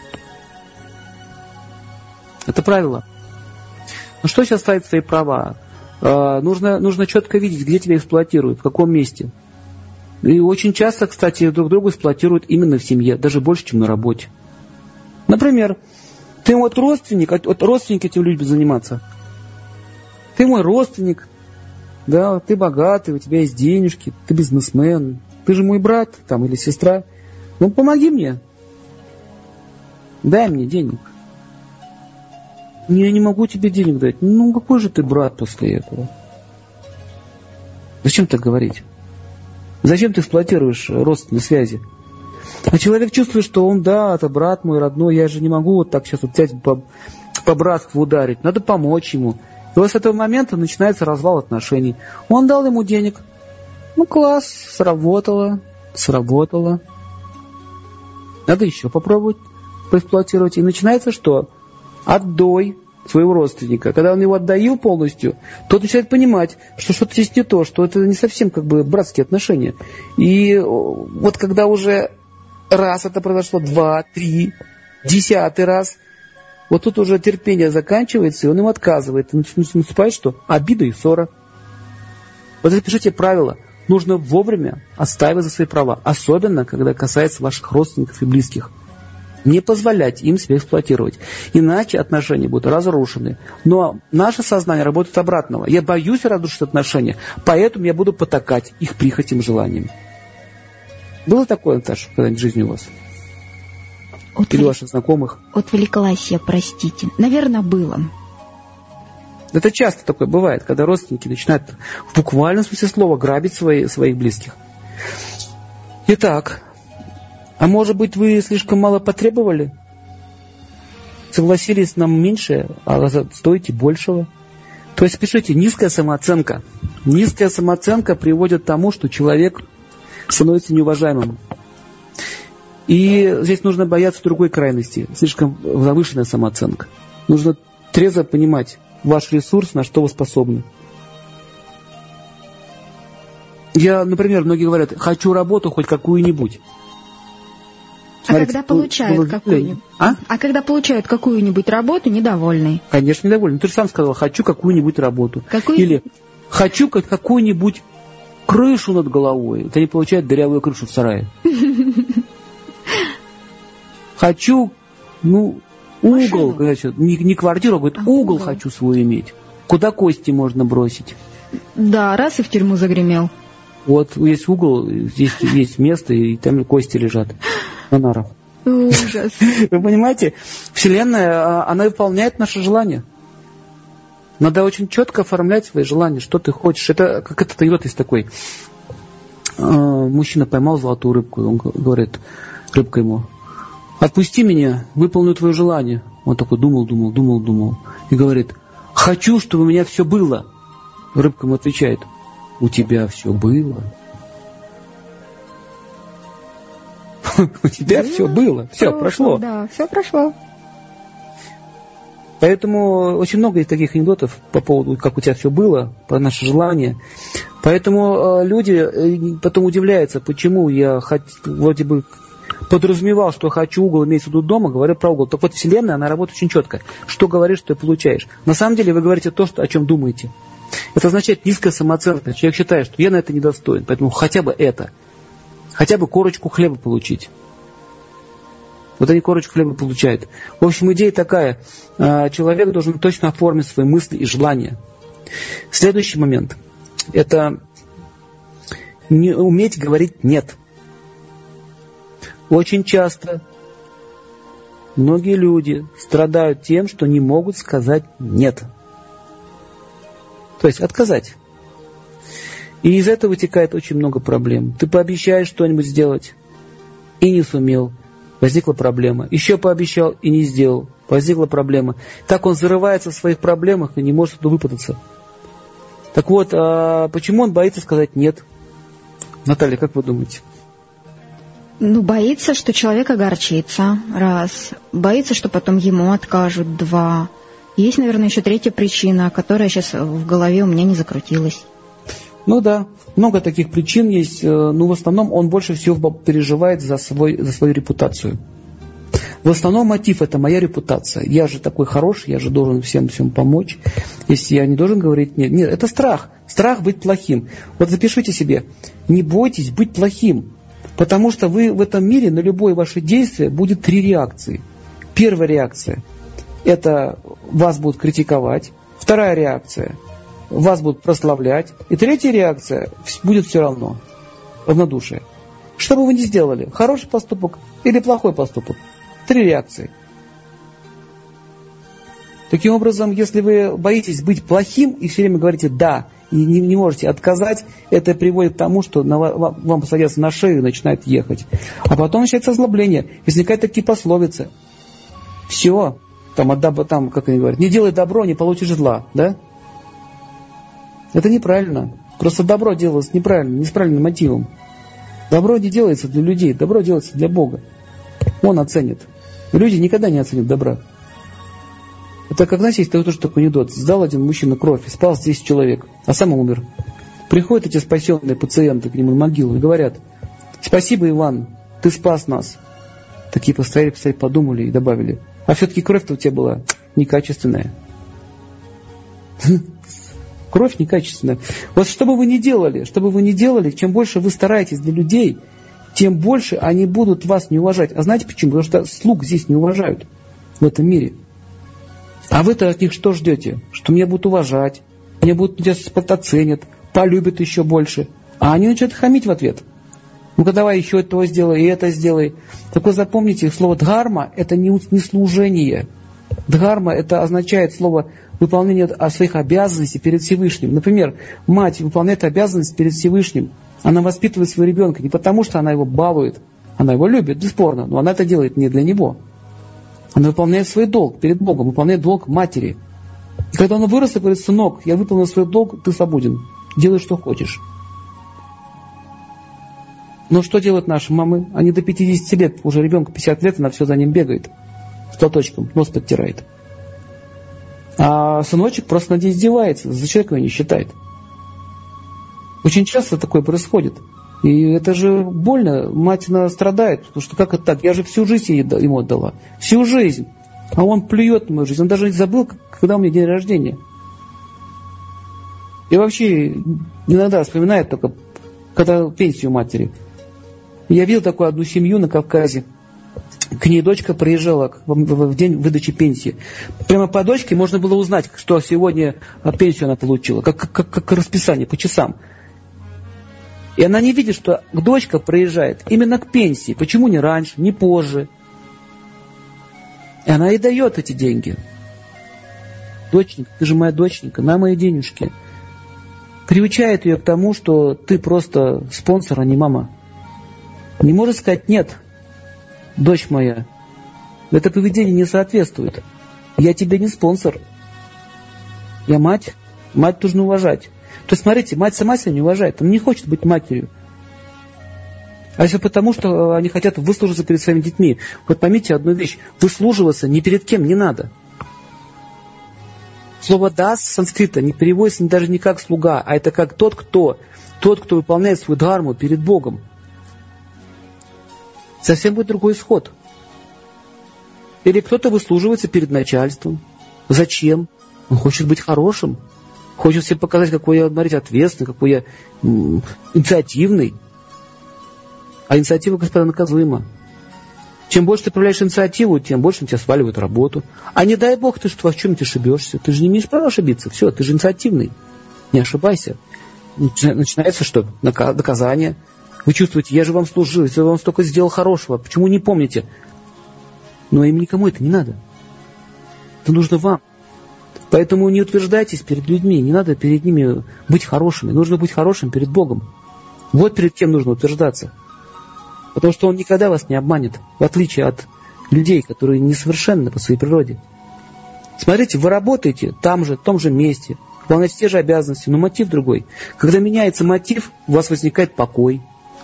Это правило. Но что сейчас отстаивать свои права? Э, нужно, нужно четко видеть, где тебя эксплуатируют, в каком месте. И очень часто, кстати, друг друга эксплуатируют именно в семье, даже больше, чем на работе. Например, ты вот родственник, вот родственники этим любят заниматься. Ты мой родственник, да, ты богатый, у тебя есть денежки, ты бизнесмен, ты же мой брат там, или сестра. Ну, помоги мне. Дай мне денег. Я не могу тебе денег дать. Ну, какой же ты брат после этого? Зачем так говорить? Зачем ты эксплуатируешь родственные связи? А человек чувствует, что он, да, это брат мой родной, я же не могу вот так сейчас вот взять по, по братству ударить, надо помочь ему. И вот с этого момента начинается развал отношений. Он дал ему денег. Ну, класс, сработало, сработало. Надо еще попробовать поэксплуатировать. И начинается что? Отдой своего родственника. Когда он его отдаю полностью, тот начинает понимать, что что-то здесь не то, что это не совсем как бы братские отношения. И вот когда уже раз это произошло, два, три, десятый раз, вот тут уже терпение заканчивается, и он им отказывает. И наступает что? Обида и ссора. Вот запишите правило. Нужно вовремя отстаивать за свои права. Особенно, когда касается ваших родственников и близких. Не позволять им себя эксплуатировать. Иначе отношения будут разрушены. Но наше сознание работает обратного. Я боюсь разрушить отношения, поэтому я буду потакать их прихотям, желаниям. Было такое, Наташа, когда-нибудь в жизни у вас? От Или у вели... ваших знакомых? Отвлеклась я, простите. Наверное, было. Это часто такое бывает, когда родственники начинают в буквальном смысле слова грабить свои, своих близких. Итак, а может быть, вы слишком мало потребовали? Согласились нам меньше, а стоите большего? То есть, пишите, низкая самооценка. Низкая самооценка приводит к тому, что человек становится неуважаемым. И здесь нужно бояться другой крайности. Слишком завышенная самооценка. Нужно трезво понимать ваш ресурс, на что вы способны. Я, например, многие говорят, хочу работу хоть какую-нибудь. Смотрите, а когда получают было... какую-нибудь, а? а когда получают какую-нибудь работу, недовольны? Конечно, недовольны. Ты же сам сказал, хочу какую-нибудь работу. Какую... Или хочу какую-нибудь крышу над головой. Вот они получают дырявую крышу в сарае. Хочу, ну, угол, не квартиру, а говорит, угол хочу свой иметь. Куда кости можно бросить? Да, раз и в тюрьму загремел. Вот есть угол, здесь есть место, и там кости лежат. Монаров. Ужас. Вы понимаете, Вселенная, она выполняет наши желания. Надо очень четко оформлять свои желания, что ты хочешь. Это как этот анекдот есть такой. Мужчина поймал золотую рыбку, он говорит, рыбка ему, отпусти меня, выполню твое желание. Он такой думал, думал, думал, думал. И говорит, хочу, чтобы у меня все было. Рыбка ему отвечает, у тебя все было. У тебя все было, все прошло. Да, все прошло. Поэтому очень много есть таких анекдотов по поводу, как у тебя все было, по наши желания. Поэтому э, люди э, потом удивляются, почему я хоть, вроде бы подразумевал, что хочу угол, имеется в виду дома, говорю про угол. Так вот, Вселенная, она работает очень четко. Что говоришь, что и получаешь. На самом деле вы говорите то, что, о чем думаете. Это означает низкая самооценка. Человек считает, что я на это недостоин, поэтому хотя бы это. Хотя бы корочку хлеба получить. Вот они корочку хлеба получают. В общем, идея такая. Человек должен точно оформить свои мысли и желания. Следующий момент. Это не уметь говорить «нет». Очень часто многие люди страдают тем, что не могут сказать «нет». То есть отказать. И из этого вытекает очень много проблем. Ты пообещаешь что-нибудь сделать и не сумел. Возникла проблема. Еще пообещал и не сделал. Возникла проблема. Так он зарывается в своих проблемах и не может оттуда выпутаться. Так вот, а почему он боится сказать «нет»? Наталья, как вы думаете? Ну, боится, что человек огорчится, раз. Боится, что потом ему откажут, два. Есть, наверное, еще третья причина, которая сейчас в голове у меня не закрутилась. Ну да, много таких причин есть, но в основном он больше всего переживает за, свой, за свою репутацию. В основном мотив – это моя репутация. Я же такой хороший, я же должен всем всем помочь. Если я не должен говорить нет. Нет, это страх. Страх быть плохим. Вот запишите себе, не бойтесь быть плохим. Потому что вы в этом мире на любое ваше действие будет три реакции. Первая реакция – это вас будут критиковать. Вторая реакция – вас будут прославлять. И третья реакция будет все равно. Равнодушие. Что бы вы ни сделали, хороший поступок или плохой поступок. Три реакции. Таким образом, если вы боитесь быть плохим и все время говорите «да», и не, не можете отказать, это приводит к тому, что на, вам посадятся на шею и начинает ехать. А потом начинается озлобление. Возникают такие пословицы. Все, там, отдаб, там, как они говорят, не делай добро, не получишь зла. Да? Это неправильно. Просто добро делается неправильно, не с правильным мотивом. Добро не делается для людей, добро делается для Бога. Он оценит. Люди никогда не оценят добра. Это как, знаете, есть тоже такой анекдот. Сдал один мужчина кровь и спас десять человек, а сам умер. Приходят эти спасенные пациенты к нему на могилу и говорят: спасибо, Иван, ты спас нас. Такие постояли, постояли, подумали и добавили: а все-таки кровь-то у тебя была некачественная. Кровь некачественная. Вот что бы вы ни делали, что бы вы ни делали, чем больше вы стараетесь для людей, тем больше они будут вас не уважать. А знаете почему? Потому что слуг здесь не уважают в этом мире. А вы-то от них что ждете? Что меня будут уважать, меня будут меня оценят, полюбят еще больше. А они начинают хамить в ответ. Ну-ка давай еще этого сделай, и это сделай. Так вот запомните, слово дхарма – это не, не служение. Дхарма – это означает слово выполнение своих обязанностей перед Всевышним. Например, мать выполняет обязанность перед Всевышним. Она воспитывает своего ребенка не потому, что она его балует. Она его любит, бесспорно, но она это делает не для него. Она выполняет свой долг перед Богом, выполняет долг матери. И когда она выросла, говорит: сынок, я выполнил свой долг, ты свободен. Делай, что хочешь. Но что делают наши мамы? Они до пятидесяти лет, уже ребенку пятьдесят лет, она все за ним бегает. С платочком, нос подтирает. А сыночек просто над ней издевается, за человека ее не считает. Очень часто такое происходит. И это же больно, мать она страдает, потому что как это так? Я же всю жизнь ему отдала. Всю жизнь. А он плюет на мою жизнь. Он даже не забыл, когда у меня день рождения. И вообще иногда вспоминает только, когда пенсию матери. Я видел такую одну семью на Кавказе. К ней дочка приезжала в день выдачи пенсии. Прямо по дочке можно было узнать, что сегодня пенсию она получила. Как, как, как расписание по часам. И она не видит, что дочка приезжает именно к пенсии. Почему не раньше, не позже? И она ей дает эти деньги. Доченька, ты же моя доченька, на мои денежки. Приучает ее к тому, что ты просто спонсор, а не мама. Не может сказать: нет, дочь моя, это поведение не соответствует. Я тебе не спонсор. Я мать. Мать нужно уважать. То есть, смотрите, мать сама себя не уважает. Она не хочет быть матерью. А если потому, что они хотят выслужиться перед своими детьми. Вот поймите одну вещь. Выслуживаться ни перед кем не надо. Слово «дас» с санскрита не переводится даже не как слуга, а это как тот, кто, тот, кто выполняет свою дхарму перед Богом. Совсем будет другой исход. Или кто-то выслуживается перед начальством. Зачем? Он хочет быть хорошим. Хочет себе показать, какой я, смотрите, ответственный, какой я м- инициативный. А инициатива, господа, наказуема. Чем больше ты проявляешь инициативу, тем больше на тебя сваливают работу. А не дай Бог, ты что, в чем ты ошибешься? Ты же не имеешь права ошибиться. Все, ты же инициативный. Не ошибайся. Начинается что? Наказание. Вы чувствуете, я же вам служил, я вам столько сделал хорошего. Почему не помните? Но им никому это не надо. Это нужно вам. Поэтому не утверждайтесь перед людьми, не надо перед ними быть хорошими. Нужно быть хорошим перед Богом. Вот перед кем нужно утверждаться. Потому что Он никогда вас не обманет, в отличие от людей, которые несовершенны по своей природе. Смотрите, вы работаете там же, в том же месте, выполняете те же обязанности, но мотив другой. Когда меняется мотив, у вас возникает покой.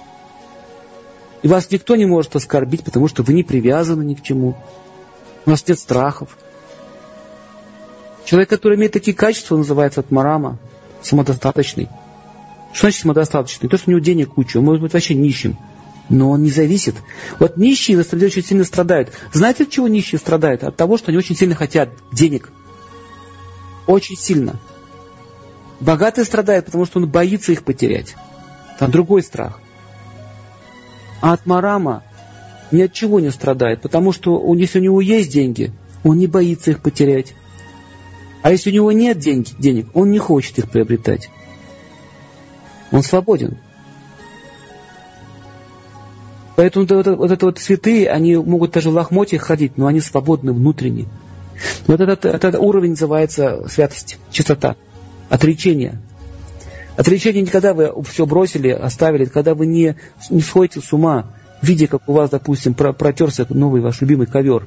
И вас никто не может оскорбить, потому что вы не привязаны ни к чему. У вас нет страхов. Человек, который имеет такие качества, называется атмарама, самодостаточный. Что значит самодостаточный? То, что у него денег куча, он может быть вообще нищим, но он не зависит. Вот нищие на самом деле очень сильно страдают. Знаете, от чего нищие страдают? От того, что они очень сильно хотят денег. Очень сильно. Богатый страдает, потому что он боится их потерять. Там другой страх. А атмарама ни от чего не страдает, потому что он, если у него есть деньги, он не боится их потерять. А если у него нет денег, денег, он не хочет их приобретать. Он свободен. Поэтому вот это, вот это вот святые, они могут даже в лохмотьях ходить, но они свободны внутренне. Вот этот, этот уровень называется святость, чистота, отречение. Отречение не когда вы все бросили, оставили, когда вы не, не сходите с ума, видя, как у вас, допустим, протерся новый ваш любимый ковер.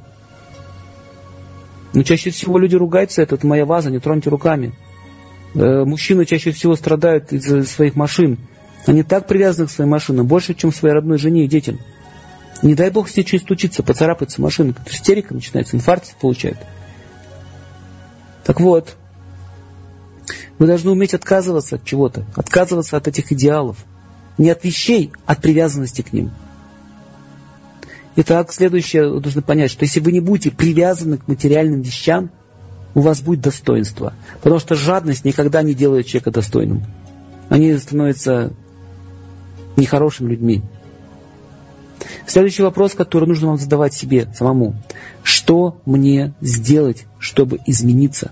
Но чаще всего люди ругаются, это, это моя ваза, не троньте руками. Э, мужчины чаще всего страдают из-за своих машин. Они так привязаны к своим машинам, больше, чем к своей родной жене и детям. Не дай Бог с ней что-нибудь случится, поцарапается машина, истерика начинается, инфаркт получают. Так вот, вы должны уметь отказываться от чего-то, отказываться от этих идеалов. Не от вещей, а от привязанности к ним. Итак, следующее нужно понять, что если вы не будете привязаны к материальным вещам, у вас будет достоинство. Потому что жадность никогда не делает человека достойным. Они становятся нехорошими людьми. Следующий вопрос, который нужно вам задавать себе самому. Что мне сделать, чтобы измениться?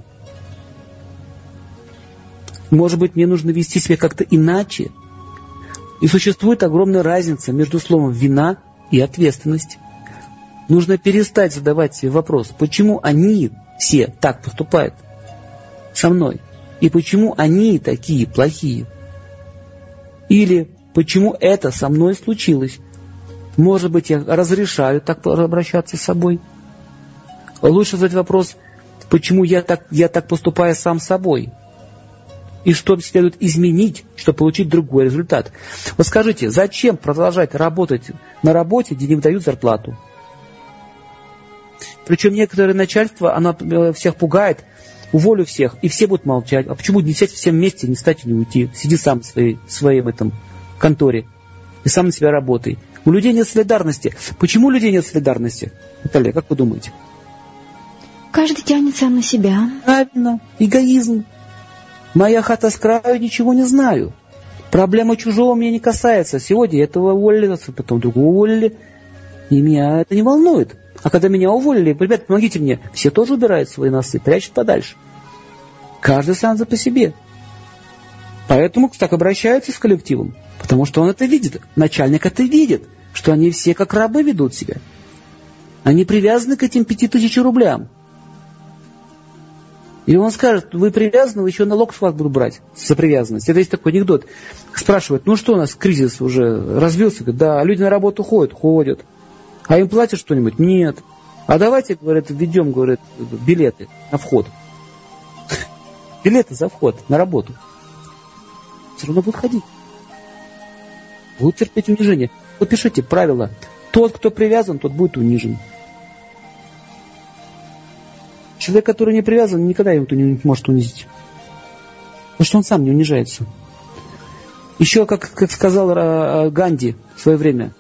Может быть, мне нужно вести себя как-то иначе? И существует огромная разница между словом «вина» и «ответственность». Нужно перестать задавать себе вопрос, почему они все так поступают со мной? И почему они такие плохие? Или почему это со мной случилось? Может быть, я разрешаю так обращаться с собой? Лучше задать вопрос, почему я так, я так поступаю сам с собой? И что следует изменить, чтобы получить другой результат? Вот скажите, зачем продолжать работать на работе, где не дают зарплату? Причем некоторое начальство, оно всех пугает, уволю всех, и все будут молчать. А почему не сесть всем вместе, не встать и не уйти? Сиди сам в своей, в своем этом конторе и сам на себя работай. У людей нет солидарности. Почему у людей нет солидарности? Наталья, как вы думаете? Каждый тянет сам на себя. Правильно, эгоизм. Моя хата с краю, ничего не знаю. Проблема чужого меня не касается. Сегодня этого уволили, потом другого уволили. И меня это не волнует. А когда меня уволили, ребята, помогите мне, все тоже убирают свои носы, прячут подальше. Каждый сам за по себе. Поэтому так обращаются с коллективом. Потому что он это видит. Начальник это видит, что они все как рабы ведут себя. Они привязаны к этим пяти тысячам рублям. И он скажет, вы привязаны, еще налог с вас буду брать за привязанность. Это есть такой анекдот. Спрашивают, ну что у нас, кризис уже развился? Говорит, да, люди на работу ходят, ходят. А им платят что-нибудь? Нет. А давайте, говорят, введем, говорят, билеты на вход. Билеты за вход на работу. Все равно будут ходить. Будут терпеть унижение. Вот пишите правило. Тот, кто привязан, тот будет унижен. Человек, который не привязан, никогда его не может унизить. Потому что он сам не унижается. Еще, как, как сказал Ганди в свое время,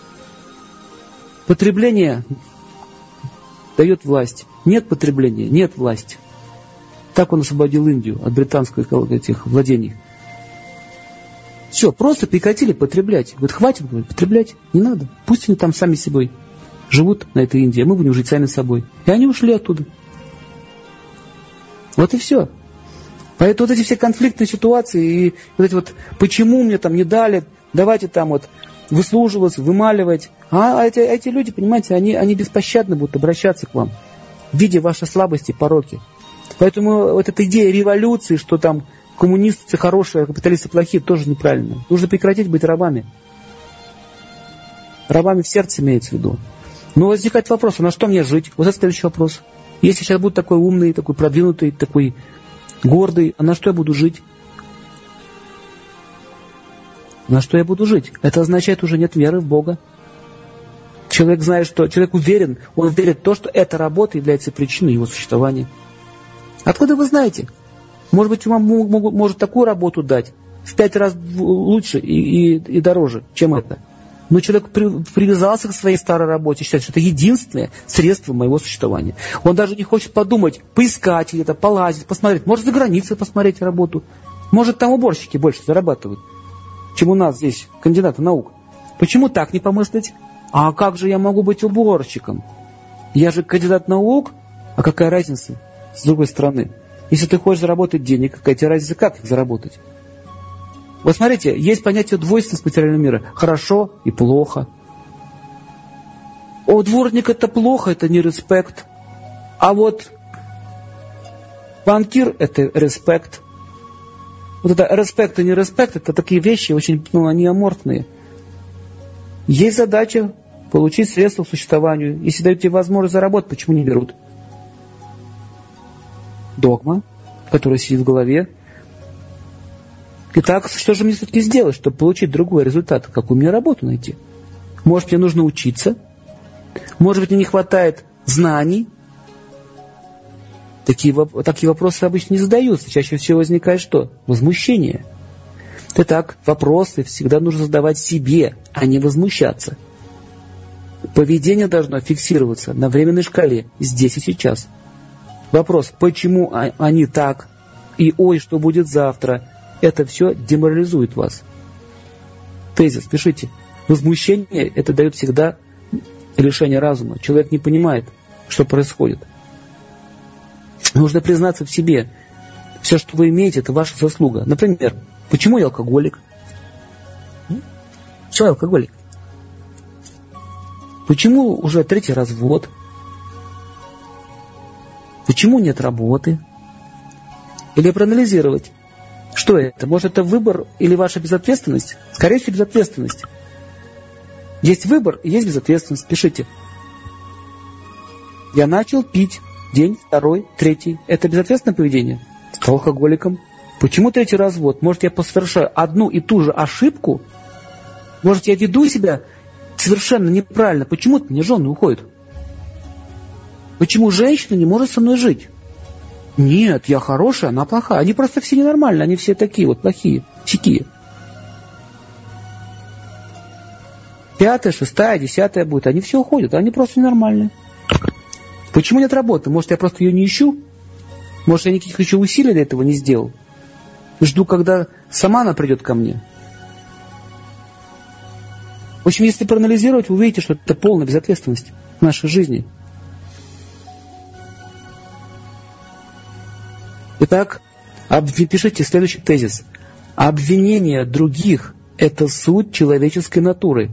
потребление дает власть. Нет потребления, нет власти. Так он освободил Индию от британских этих владений. Все, просто прекратили потреблять. Говорит, хватит, говорит, потреблять, не надо. Пусть они там сами собой живут на этой Индии, а мы будем жить сами собой. И они ушли оттуда. Вот и все. Поэтому вот эти все конфликтные ситуации, и вот эти вот, почему мне там не дали, давайте там вот выслуживаться, вымаливать. А эти, эти люди, понимаете, они, они беспощадно будут обращаться к вам, видя ваши слабости, пороки. Поэтому вот эта идея революции, что там коммунисты хорошие, а капиталисты плохие, тоже неправильно. Нужно прекратить быть рабами. Рабами в сердце имеется в виду. Но возникает вопрос, а на что мне жить? Вот это следующий вопрос. Если сейчас буду такой умный, такой продвинутый, такой гордый, а на что я буду жить? На что я буду жить? Это означает, уже нет веры в Бога. Человек знает, что человек уверен, он верит в то, что эта работа является причиной его существования. Откуда вы знаете? Может быть, вам могут, может такую работу дать в пять раз лучше и, и, и дороже, чем это. Но человек при, привязался к своей старой работе, считает, что это единственное средство моего существования. Он даже не хочет подумать, поискать где-то, полазить, посмотреть. Может, за границей посмотреть работу. Может, там уборщики больше зарабатывают, чем у нас здесь, кандидаты наук. Почему так не помыслить? А как же я могу быть уборщиком? Я же кандидат наук, а какая разница с другой стороны? Если ты хочешь заработать денег, какая тебе разница, как их заработать? Вот смотрите, есть понятие двойственности материального мира. Хорошо и плохо. О, дворник это плохо, это не респект. А вот банкир это респект. Вот это респект и не респект, это такие вещи очень, ну, они аморфные. Есть задача получить средства к существованию. Если дают тебе возможность заработать, почему не берут? Догма, которая сидит в голове. Итак, что же мне все-таки сделать, чтобы получить другой результат? Какую мне работу найти? Может, мне нужно учиться? Может быть, мне не хватает знаний? Такие, такие вопросы обычно не задаются. Чаще всего возникает что? Возмущение. Итак, вопросы всегда нужно задавать себе, а не возмущаться. Поведение должно фиксироваться на временной шкале здесь и сейчас. Вопрос, почему они так, и ой, что будет завтра, это все деморализует вас. Тезис, пишите. Возмущение – это дает всегда лишение разума. Человек не понимает, что происходит. Нужно признаться в себе. Все, что вы имеете, это ваша заслуга. Например, почему я алкоголик? Почему я алкоголик? Почему уже третий развод? Почему нет работы? Или проанализировать, что это? Может, это выбор или ваша безответственность? Скорее всего, безответственность. Есть выбор и есть безответственность. Пишите. Я начал пить. День, второй, третий. Это безответственное поведение? Стал алкоголиком. Почему третий развод? Может, я совершаю одну и ту же ошибку? Может, я веду себя совершенно неправильно? Почему от меня жены уходят? Почему женщина не может со мной жить? Нет, я хорошая, она плохая. Они просто все ненормальные, они все такие вот плохие, сякие. Пятая, шестая, десятая будет. Они все уходят, они просто ненормальные. Почему нет работы? Может, я просто ее не ищу? Может, я никаких еще усилий для этого не сделал? Жду, когда сама она придет ко мне. В общем, если проанализировать, вы увидите, что это полная безответственность в нашей жизни. Итак, пишите следующий тезис. Обвинение других – это суть человеческой натуры.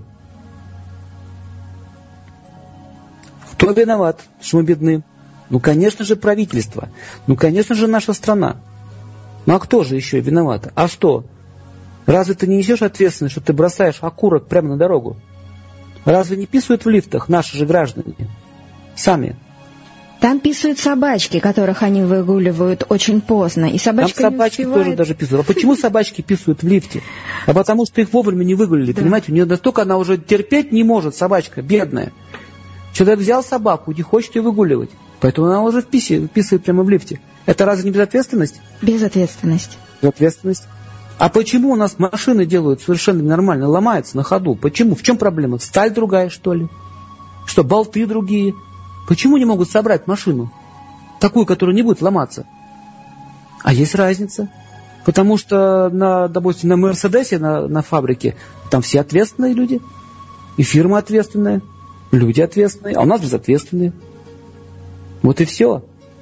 Кто виноват, что мы бедны? Ну, конечно же, правительство. Ну, конечно же, наша страна. Ну, а кто же еще виноват? А что? Разве ты не несешь ответственность, что ты бросаешь окурок прямо на дорогу? Разве не писают в лифтах наши же граждане? Сами. Там писают собачки, которых они выгуливают очень поздно. И собачка Там собачки не успевает... тоже даже писают. А почему собачки писают в лифте? А потому что их вовремя не выгулили. Да. Понимаете, у нее настолько она уже терпеть не может, собачка, бедная. Человек взял собаку, не хочет ее выгуливать. Поэтому она уже вписывает прямо в лифте. Это разве не безответственность? Безответственность. Безответственность. А почему у нас машины делают совершенно ненормально, ломаются на ходу? Почему? В чем проблема? Сталь другая, что ли? Что, болты другие? Почему не могут собрать машину? Такую, которая не будет ломаться? А есть разница. Потому что, на, допустим, на Мерседесе, на, на фабрике, там все ответственные люди. И фирма ответственная. Люди ответственные, а у нас безответственные. Вот и все.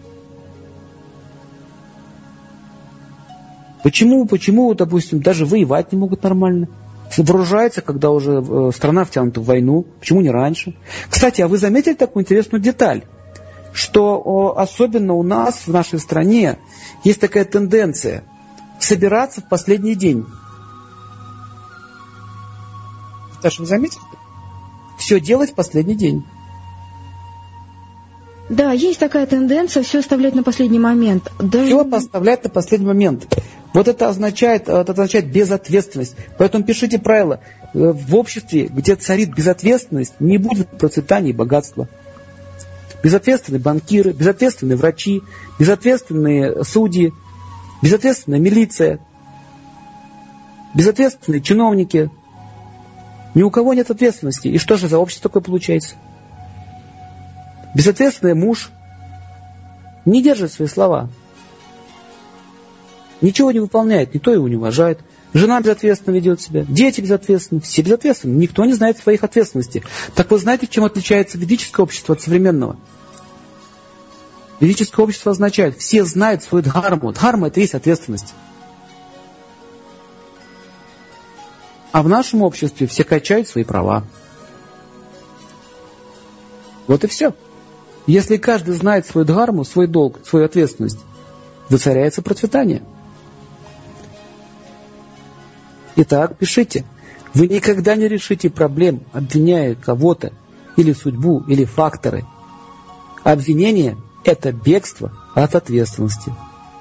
Почему, почему, допустим, даже воевать не могут нормально? Вооружаются, когда уже страна втянута в войну. Почему не раньше? Кстати, а вы заметили такую интересную деталь? Что особенно у нас, в нашей стране, есть такая тенденция собираться в последний день. Саша, вы заметили? Все делать в последний день. Да, есть такая тенденция все оставлять на последний момент. Даже... Все поставлять на последний момент. Вот это означает, это означает безответственность. Поэтому пишите правила. В обществе, где царит безответственность, не будет процветания и богатства. Безответственные банкиры, безответственные врачи, безответственные судьи, безответственная милиция, безответственные чиновники. Ни у кого нет ответственности. И что же за общество такое получается? Безответственный муж не держит свои слова. Ничего не выполняет, никто его не уважает. Жена безответственно ведет себя, дети безответственны, все безответственны. Никто не знает своих ответственностей. Так вы знаете, чем отличается ведическое общество от современного? Ведическое общество означает, все знают свою дхарму. Дхарма – это и есть ответственность. А в нашем обществе все качают свои права. Вот и все. Если каждый знает свою дхарму, свой долг, свою ответственность, воцаряется процветание. Итак, пишите. Вы никогда не решите проблем, обвиняя кого-то, или судьбу, или факторы. Обвинение – это бегство от ответственности.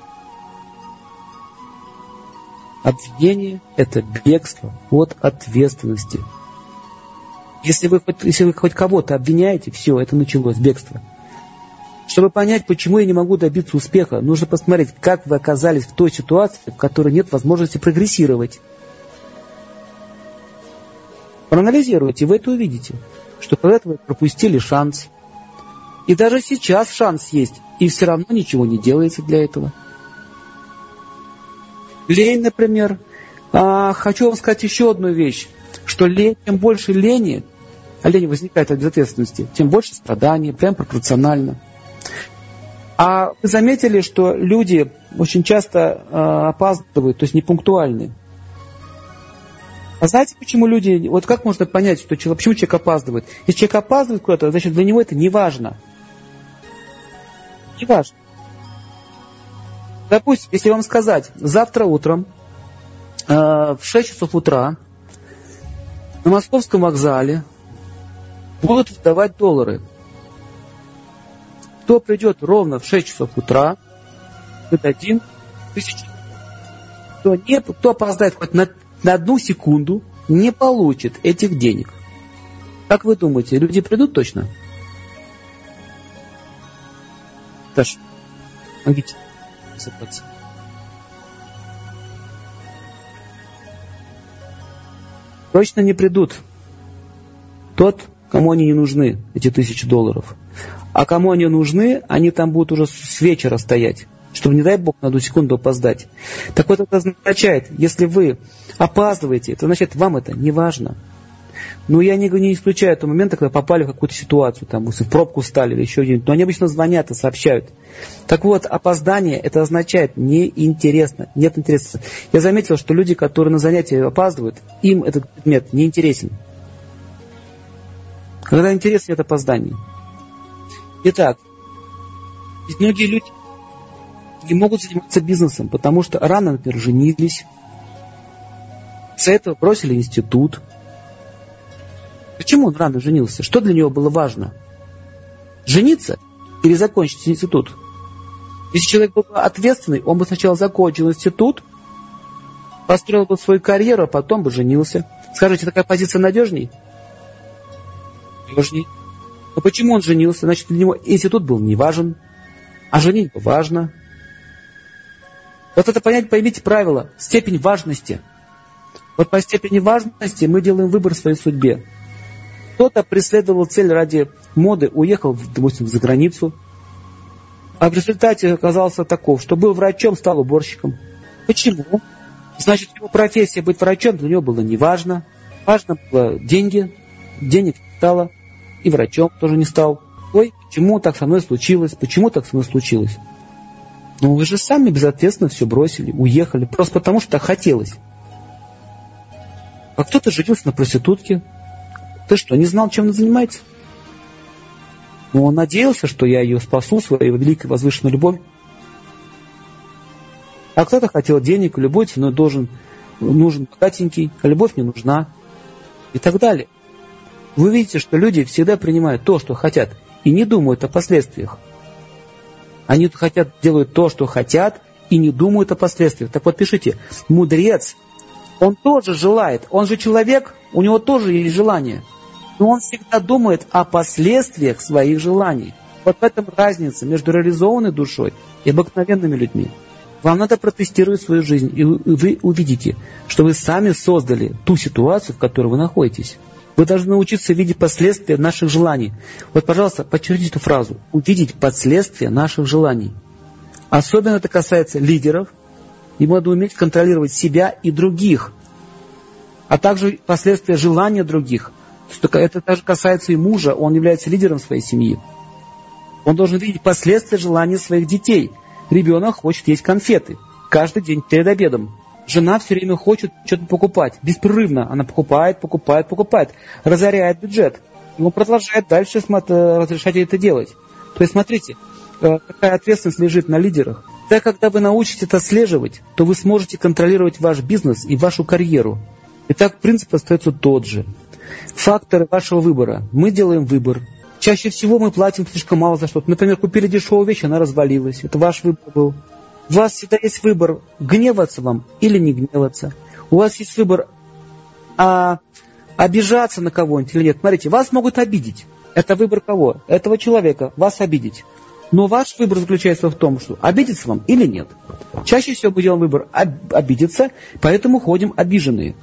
Обвинение – это бегство от ответственности. Если вы, если вы хоть кого-то обвиняете, все, это началось бегство. Чтобы понять, почему я не могу добиться успеха, нужно посмотреть, как вы оказались в той ситуации, в которой нет возможности прогрессировать. Проанализируйте, вы это увидите, что когда-то вы пропустили шанс. И даже сейчас шанс есть, и все равно ничего не делается для этого. Лень, например. А, хочу вам сказать еще одну вещь. что лень, чем больше лени, а лень возникает от безответственности, тем больше страданий, прям пропорционально. А вы заметили, что люди очень часто э, опаздывают, то есть непунктуальны. А знаете, почему люди... Вот как можно понять, что человек, почему человек опаздывает? Если человек опаздывает куда-то, значит, для него это не важно. Не важно. Допустим, если вам сказать, завтра утром э, в шесть часов утра на Московском вокзале будут выдавать доллары. Кто придет ровно в шесть часов утра, выдадим тысячу. Кто, не, кто опоздает хоть на, на одну секунду, не получит этих денег. Как вы думаете, люди придут точно? Даже помогите. Точно не придут. Тот, кому они не нужны, эти тысячи долларов. А кому они нужны, они там будут уже с вечера стоять, чтобы, не дай Бог, на одну секунду опоздать. Так вот, это означает, если вы опаздываете, это означает, вам это не важно. Но я не, не исключаю того момента, когда попали в какую-то ситуацию, там, в пробку стали или еще где-нибудь. Но они обычно звонят и сообщают. Так вот, опоздание, это означает неинтересно, нет интереса. Я заметил, что люди, которые на занятия опаздывают, им этот предмет не интересен. Когда интерес, нет опозданий. Итак, многие люди не могут заниматься бизнесом, потому что рано, например, женились, из-за этого бросили институт. Почему он рано женился? Что для него было важно? Жениться или закончить институт? Если человек был бы ответственный, он бы сначала закончил институт, построил бы свою карьеру, а потом бы женился. Скажите, такая позиция надежней? Надежней. Но почему он женился? Значит, для него институт был не важен, а женитьба важна. Вот это понять, поймите правило, степень важности. Вот по степени важности мы делаем выбор в своей судьбе. Кто-то преследовал цель ради моды, уехал, допустим, за границу, а в результате оказался таков, что был врачом, стал уборщиком. Почему? Значит, его профессия быть врачом для него было не важно. Важно было деньги, денег не стало, и врачом тоже не стал. Ой, почему так со мной случилось? Почему так со мной случилось? Ну вы же сами безответственно все бросили, уехали, просто потому что так хотелось. А кто-то женился на проститутке. Ты что, не знал, чем она занимается? Ну, он надеялся, что я ее спасу, своей великой возвышенной любовью. А кто-то хотел денег, любой ценой должен, нужен богатенький, а любовь не нужна. И так далее. Вы видите, что люди всегда принимают то, что хотят, и не думают о последствиях. Они хотят, делают то, что хотят, и не думают о последствиях. Так вот, пишите, мудрец, он тоже желает, он же человек, у него тоже есть желание. Но он всегда думает о последствиях своих желаний. Вот в этом разница между реализованной душой и обыкновенными людьми. Вам надо протестировать свою жизнь, и вы увидите, что вы сами создали ту ситуацию, в которой вы находитесь. Вы должны научиться видеть последствия наших желаний. Вот, пожалуйста, подчеркните эту фразу. Увидеть последствия наших желаний. Особенно это касается лидеров. Им надо уметь контролировать себя и других. А также последствия желания других. Это также касается и мужа. Он является лидером своей семьи. Он должен видеть последствия желания своих детей. Ребенок хочет есть конфеты. Каждый день перед обедом. Жена все время хочет что-то покупать. Беспрерывно. Она покупает, покупает, покупает. Разоряет бюджет. И он продолжает дальше разрешать ей это делать. То есть, смотрите, какая ответственность лежит на лидерах. Так, когда вы научитесь это отслеживать, то вы сможете контролировать ваш бизнес и вашу карьеру. Итак, принцип остается тот же. Факторы вашего выбора. Мы делаем выбор. Чаще всего мы платим слишком мало за что-то. Например, купили дешевую вещь, она развалилась. Это ваш выбор был. У вас всегда есть выбор, гневаться вам или не гневаться. У вас есть выбор, а, обижаться на кого-нибудь или нет. Смотрите, вас могут обидеть. Это выбор кого? Этого человека. Вас обидеть. Но ваш выбор заключается в том, что обидеться вам или нет. Чаще всего мы делаем выбор об- обидеться, поэтому ходим обиженные.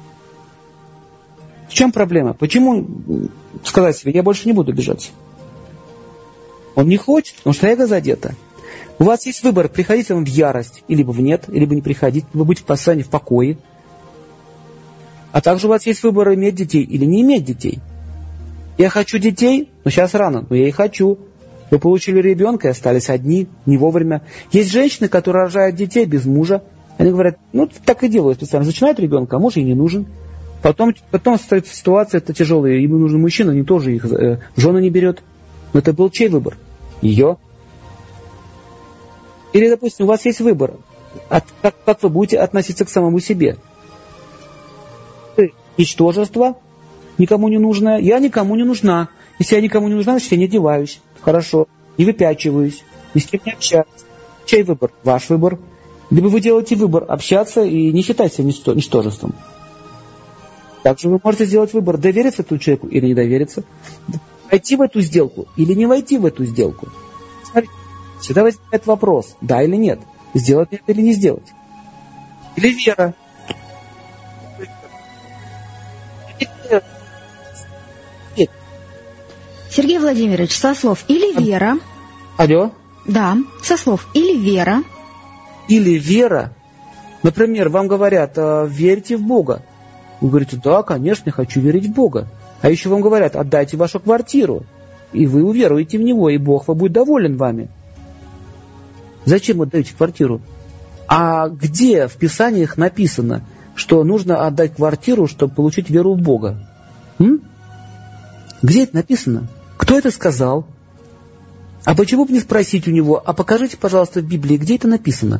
В чем проблема? Почему сказать себе, я больше не буду обижаться? Он не хочет, потому что эго задето. У вас есть выбор, приходить вам в ярость, либо в нет, либо не приходить, вы будете в постоянии в покое. А также у вас есть выбор иметь детей или не иметь детей. Я хочу детей, но сейчас рано, но я и хочу. Вы получили ребенка и остались одни, не вовремя. Есть женщины, которые рожают детей без мужа. Они говорят, ну так и делают специально. Зачинают ребенка, а муж ей не нужен. Потом, потом ситуация это тяжелая, ему нужен мужчина, они тоже их э, жену не берет. Но это был чей выбор? Ее. Или, допустим, у вас есть выбор. От, как, как вы будете относиться к самому себе? Вы ничтожество, никому не нужное. Я никому не нужна. Если я никому не нужна, значит я не одеваюсь. Хорошо. Не выпячиваюсь. Ни с кем не общаюсь. Чей выбор? Ваш выбор. Либо вы делаете выбор общаться и не считать себя ничтожеством. Также вы можете сделать выбор, довериться этому человеку или не довериться. Войти в эту сделку или не войти в эту сделку. Смотрите, всегда возникает вопрос, да или нет. Сделать это или не сделать. Или вера. Нет. Сергей Владимирович, со слов или вера. Алло? Да, со слов или вера. Или вера. Например, вам говорят, верьте в Бога. Вы говорите, да, конечно, я хочу верить в Бога. А еще вам говорят, отдайте вашу квартиру. И вы уверуете в Него, и Бог будет доволен вами. Зачем вы отдаете квартиру? А где в Писаниях написано, что нужно отдать квартиру, чтобы получить веру в Бога? М? Где это написано? Кто это сказал? А почему бы не спросить у него, а покажите, пожалуйста, в Библии, где это написано?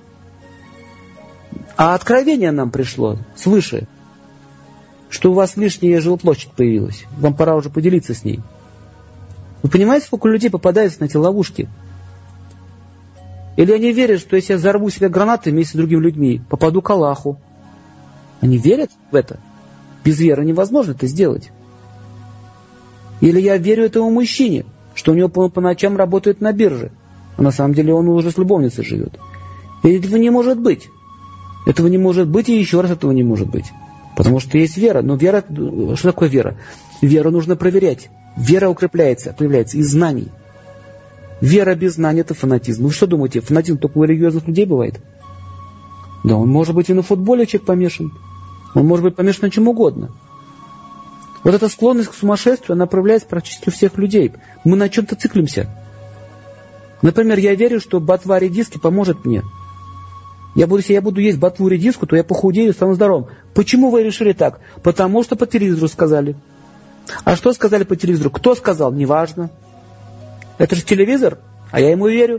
А откровение нам пришло свыше, что у вас лишняя жилплощадь появилась. Вам пора уже поделиться с ней. Вы понимаете, сколько людей попадается на эти ловушки? Или они верят, что если я взорву себя гранатой вместе с другими людьми, попаду к Аллаху. Они верят в это? Без веры невозможно это сделать. Или я верю этому мужчине, что у него по, по ночам работает на бирже, а на самом деле он уже с любовницей живет. И этого не может быть. Этого не может быть, и еще раз этого не может быть. Потому что есть вера. Но вера, что такое вера? Веру нужно проверять. Вера укрепляется, проявляется из знаний. Вера без знаний – это фанатизм. Вы что думаете, фанатизм только у религиозных людей бывает? Да, он может быть и на футболе человек помешан. Он может быть помешан на чем угодно. Вот эта склонность к сумасшествию, она проявляется практически у всех людей. Мы на чем-то циклимся. Например, я верю, что ботва редиски поможет мне. Я буду, если я буду есть ботву редиску, то я похудею и стану здоровым. Почему вы решили так? Потому что по телевизору сказали. А что сказали по телевизору? Кто сказал? Неважно. Это же телевизор, а я ему верю.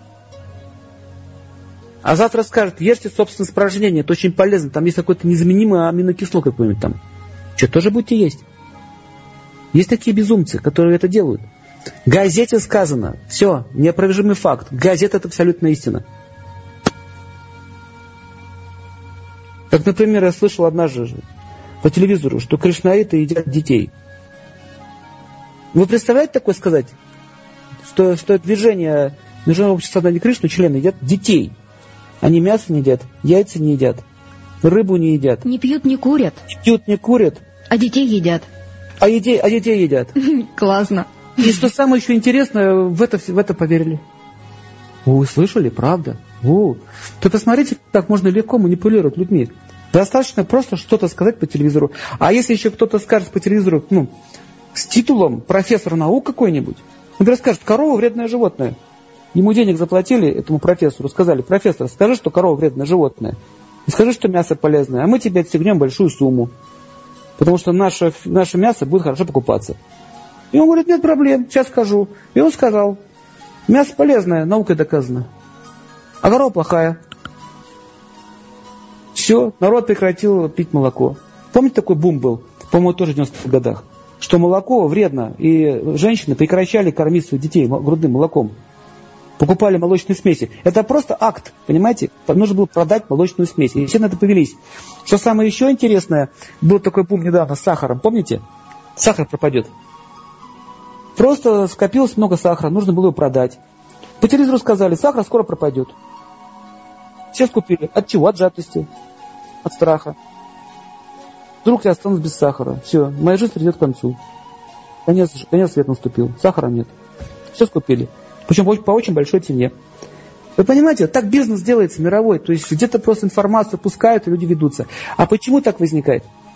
А завтра скажут, ешьте собственное испражнение, это очень полезно. Там есть какой-то незаменимый аминокислот какой-нибудь там. Что, тоже будете есть? Есть такие безумцы, которые это делают. В газете сказано, все, неопровержимый факт. Газета – это абсолютная истина. Как, например, я слышал однажды по телевизору, что кришнаиты едят детей. Вы представляете такое сказать? Что, что движение Международного общества сознания Кришны, члены едят детей. Они мясо не едят, яйца не едят, рыбу не едят. Не пьют, не курят. Не пьют, не курят. А детей едят. А детей, а детей едят. Классно. И что самое еще интересное, в это, в это поверили. Вы слышали, правда? О, то посмотрите, как можно легко манипулировать людьми. Достаточно просто что-то сказать по телевизору. А если еще кто-то скажет по телевизору, ну, с титулом профессора наук какой-нибудь, например, скажет, корова вредное животное. Ему денег заплатили, этому профессору, сказали, профессор, скажи, что корова вредное животное. И скажи, что мясо полезное, а мы тебе отстегнем большую сумму. Потому что наше, наше мясо будет хорошо покупаться. И он говорит, нет проблем, сейчас скажу. И он сказал, мясо полезное, наукой доказано. А корова плохая. Все, народ прекратил пить молоко. Помните, такой бум был, по-моему, тоже в девяностых годах, что молоко вредно, и женщины прекращали кормить своих детей грудным молоком. Покупали молочные смеси. Это просто акт, понимаете? Нужно было продать молочную смесь. И все на это повелись. Что самое еще интересное, был такой бум недавно с сахаром, помните? Сахар пропадет. Просто скопилось много сахара, нужно было его продать. По телевизору сказали, сахар скоро пропадет. Все скупили. От чего? От жадности. От страха. Вдруг я останусь без сахара. Все, моя жизнь придет к концу. Конец, конец света наступил. Сахара нет. Все скупили. Причем по очень большой цене. Вы понимаете, так бизнес делается мировой. То есть где-то просто информацию пускают, и люди ведутся. А почему так возникает?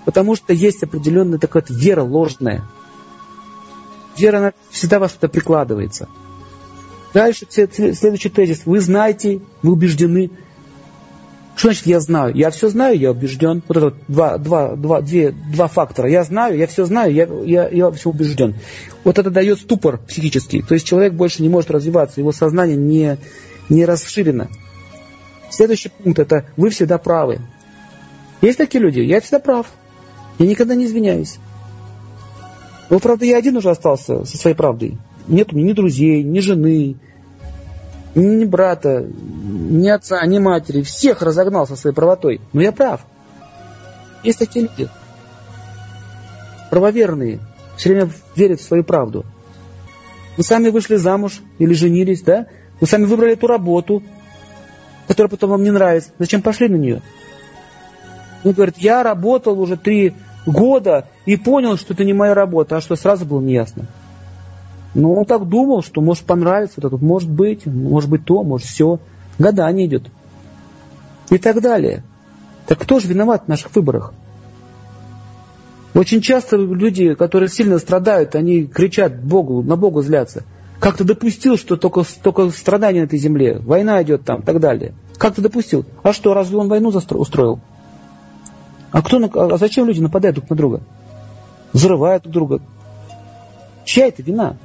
Потому что есть определенная такая вот вера ложная. Вера, она всегда во что-то прикладывается. Дальше следующий тезис. Вы знаете, вы убеждены. Что значит я знаю? Я все знаю, я убежден. Вот это вот два, два, два, две, два фактора. Я знаю, я все знаю, я, я, я все убежден. Вот это дает ступор психический. То есть человек больше не может развиваться, его сознание не, не расширено. Следующий пункт это вы всегда правы. Есть такие люди? Я всегда прав. Я никогда не извиняюсь. Но, правда, я один уже остался со своей правдой. Нет у меня ни друзей, ни жены, ни брата, ни отца, ни матери. Всех разогнал со своей правотой. Но я прав. Есть такие люди. Правоверные. Все время верят в свою правду. Вы сами вышли замуж или женились, да? Вы сами выбрали эту работу, которая потом вам не нравится. Зачем пошли на нее? Он говорит, я работал уже три года и понял, что это не моя работа. А что, сразу было неясно? Ну, он так думал, что может понравиться, вот это, может быть, может быть то, может все. Гадание идет. И так далее. Так кто же виноват в наших выборах? Очень часто люди, которые сильно страдают, они кричат Богу, на Бога злятся. Как ты допустил, что только, только страдания на этой земле? Война идет там, и так далее. Как ты допустил? А что, разве он войну устроил? А, кто, а зачем люди нападают друг на друга? Взрывают друг друга. Чья это вина?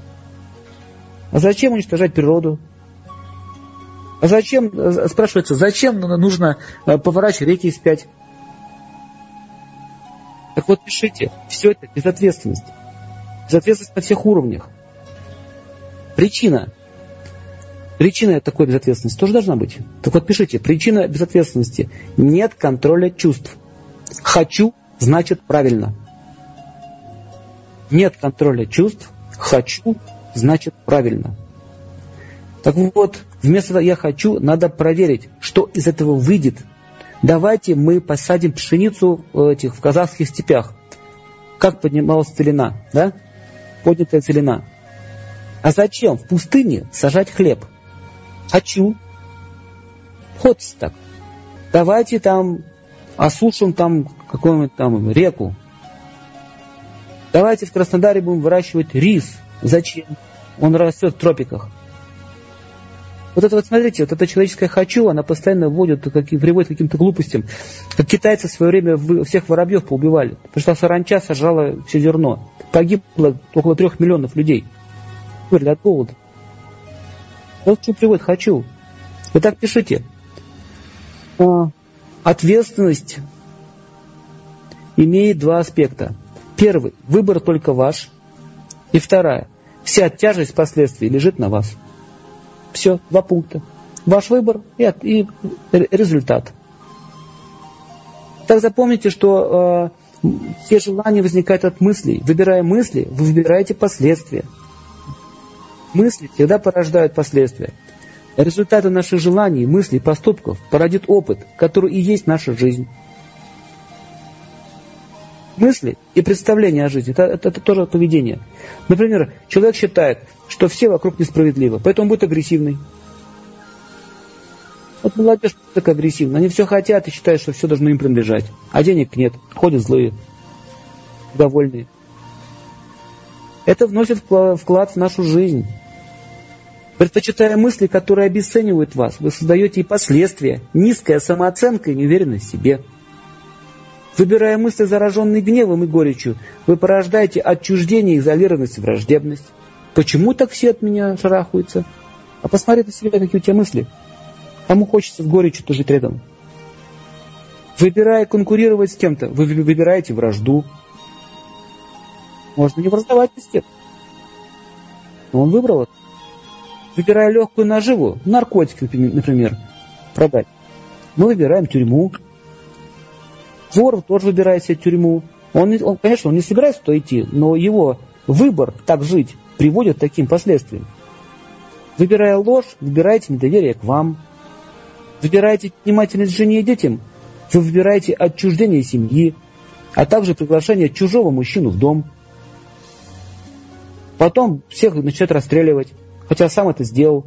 А зачем уничтожать природу? А зачем, спрашивается, зачем нужно поворачивать реки вспять? Так вот, пишите, все это безответственность. Безответственность на всех уровнях. Причина. Причина такой безответственности тоже должна быть. Так вот, пишите, причина безответственности. Нет контроля чувств. Хочу, значит правильно. Нет контроля чувств. Хочу, значит правильно. Так вот, вместо того, я хочу, надо проверить, что из этого выйдет. Давайте мы посадим пшеницу этих, в казахских степях. Как поднималась целина, да? Поднятая целина. А зачем в пустыне сажать хлеб? Хочу. Ходится так. Давайте там осушим там какую-нибудь там реку. Давайте в Краснодаре будем выращивать рис. Зачем? Он растет в тропиках. Вот это вот, смотрите, вот это человеческое «хочу», она постоянно вводит, приводит к каким-то глупостям. Как китайцы в свое время всех воробьев поубивали. Потому что саранча сожрала все зерно. Погибло около трех миллионов людей. Говорили, от голода. Вот к чему приводит «хочу». Вы так пишите. Ответственность имеет два аспекта. Первый – выбор только ваш. И вторая – вся тяжесть последствий лежит на вас. Все, два пункта. Ваш выбор и, от, и результат. Так запомните, что э, все желания возникают от мыслей. Выбирая мысли, вы выбираете последствия. Мысли всегда порождают последствия. Результаты наших желаний, мыслей, поступков породит опыт, который и есть наша жизнь. Мысли и представления о жизни это, это, это тоже поведение. Например, человек считает, что все вокруг несправедливы, поэтому он будет агрессивный. Вот молодежь так агрессивна. Они все хотят и считают, что все должно им принадлежать. А денег нет. Ходят злые, довольные. Это вносит вклад в нашу жизнь. Предпочитая мысли, которые обесценивают вас, вы создаете и последствия. Низкая самооценка и неуверенность в себе. Выбирая мысли, зараженные гневом и горечью, вы порождаете отчуждение, изолированность и враждебность. Почему так все от меня шарахаются? А посмотри на себя, какие у тебя мысли. Кому хочется с горечью-то жить рядом? Выбирая конкурировать с кем-то, вы выбираете вражду. Можно не враждовать с кем. Но он выбрал это. Выбирая легкую наживу, наркотик, например, продать, мы выбираем тюрьму. Вор тоже выбирает себе тюрьму. Он, он, конечно, он не собирается туда идти, но его выбор так жить приводит к таким последствиям. Выбирая ложь, выбираете недоверие к вам. Выбираете внимательность жене и детям, вы выбираете отчуждение семьи, а также приглашение чужого мужчину в дом. Потом всех начинают расстреливать, хотя сам это сделал.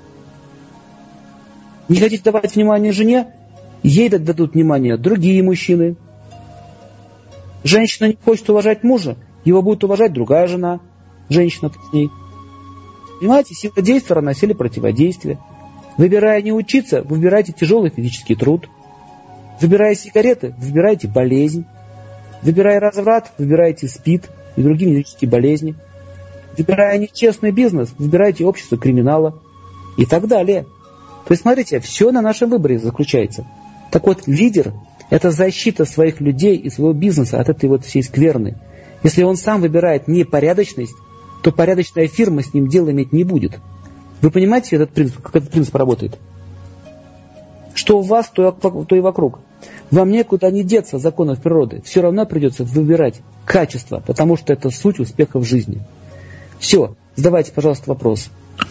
Не хотите давать внимание жене? Ей дадут внимание другие мужчины. Женщина не хочет уважать мужа, его будет уважать другая жена, женщина с ней. Понимаете, сила действия равна силе противодействия. Выбирая не учиться, вы выбираете тяжелый физический труд. Выбирая сигареты, выбираете болезнь. Выбирая разврат, выбираете СПИД и другие физические болезни. Выбирая нечестный бизнес, выбираете общество криминала и так далее. То есть, смотрите, все на нашем выборе заключается. Так вот, лидер – это защита своих людей и своего бизнеса от этой вот всей скверны. Если он сам выбирает непорядочность, то порядочная фирма с ним дело иметь не будет. Вы понимаете, этот принцип, как этот принцип работает? Что у вас, то и вокруг. Вам некуда не деться от законов природы. Все равно придется выбирать качество, потому что это суть успеха в жизни. Все, задавайте, пожалуйста, вопрос.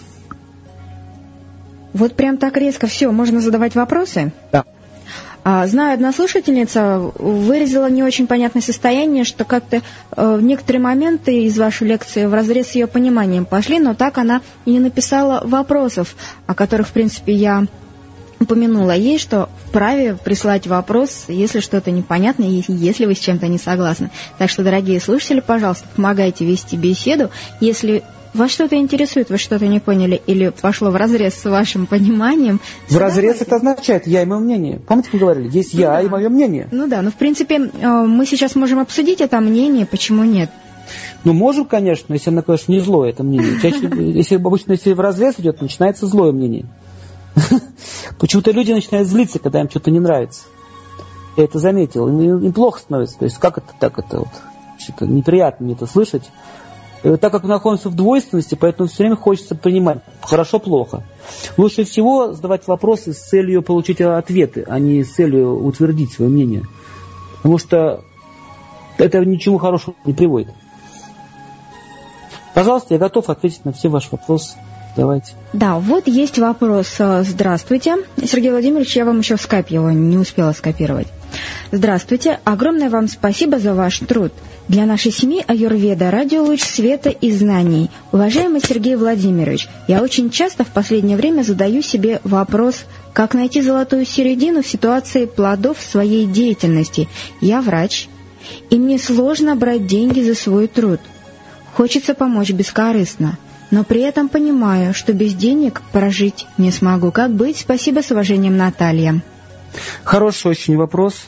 Вот прям так резко все, можно задавать вопросы? Да. А, знаю, одна слушательница выразила не очень понятное состояние, что как-то э, некоторые моменты из вашей лекции вразрез с ее пониманием пошли, но так она и не написала вопросов, о которых, в принципе, я упомянула ей, что вправе прислать вопрос, если что-то непонятно, если вы с чем-то не согласны. Так что, дорогие слушатели, пожалуйста, помогайте вести беседу. Если вас что-то интересует, вы что-то не поняли или пошло вразрез с вашим пониманием. Вразрез это означает я и мое мнение. Помните, мы говорили, есть ну я да. и мое мнение. Ну да, но в принципе мы сейчас можем обсудить это мнение, почему нет. Ну, можем, конечно, если оно, конечно, не злое, это мнение. Чаще, если обычно, если вразрез идет, начинается злое мнение. Почему-то люди начинают злиться, когда им что-то не нравится. Я это заметил. Им, им плохо становится. То есть, как это так, это вот, что-то неприятно мне это слышать. И так как мы находимся в двойственности, поэтому все время хочется понимать, хорошо-плохо. Лучше всего задавать вопросы с целью получить ответы, а не с целью утвердить свое мнение. Потому что это ни к чему хорошему не приводит. Пожалуйста, я готов ответить на все ваши вопросы. Давайте. Да, вот есть вопрос. Здравствуйте. Сергей Владимирович, я вам еще в скайп его не успела скопировать. Здравствуйте. Огромное вам спасибо за ваш труд. Для нашей семьи Аюрведа радио луч света и знаний. Уважаемый Сергей Владимирович, я очень часто в последнее время задаю себе вопрос, как найти золотую середину в ситуации плодов своей деятельности. Я врач, и мне сложно брать деньги за свой труд. Хочется помочь бескорыстно. Но при этом понимаю, что без денег прожить не смогу. Как быть? Спасибо, с уважением, Наталья. Хороший очень вопрос.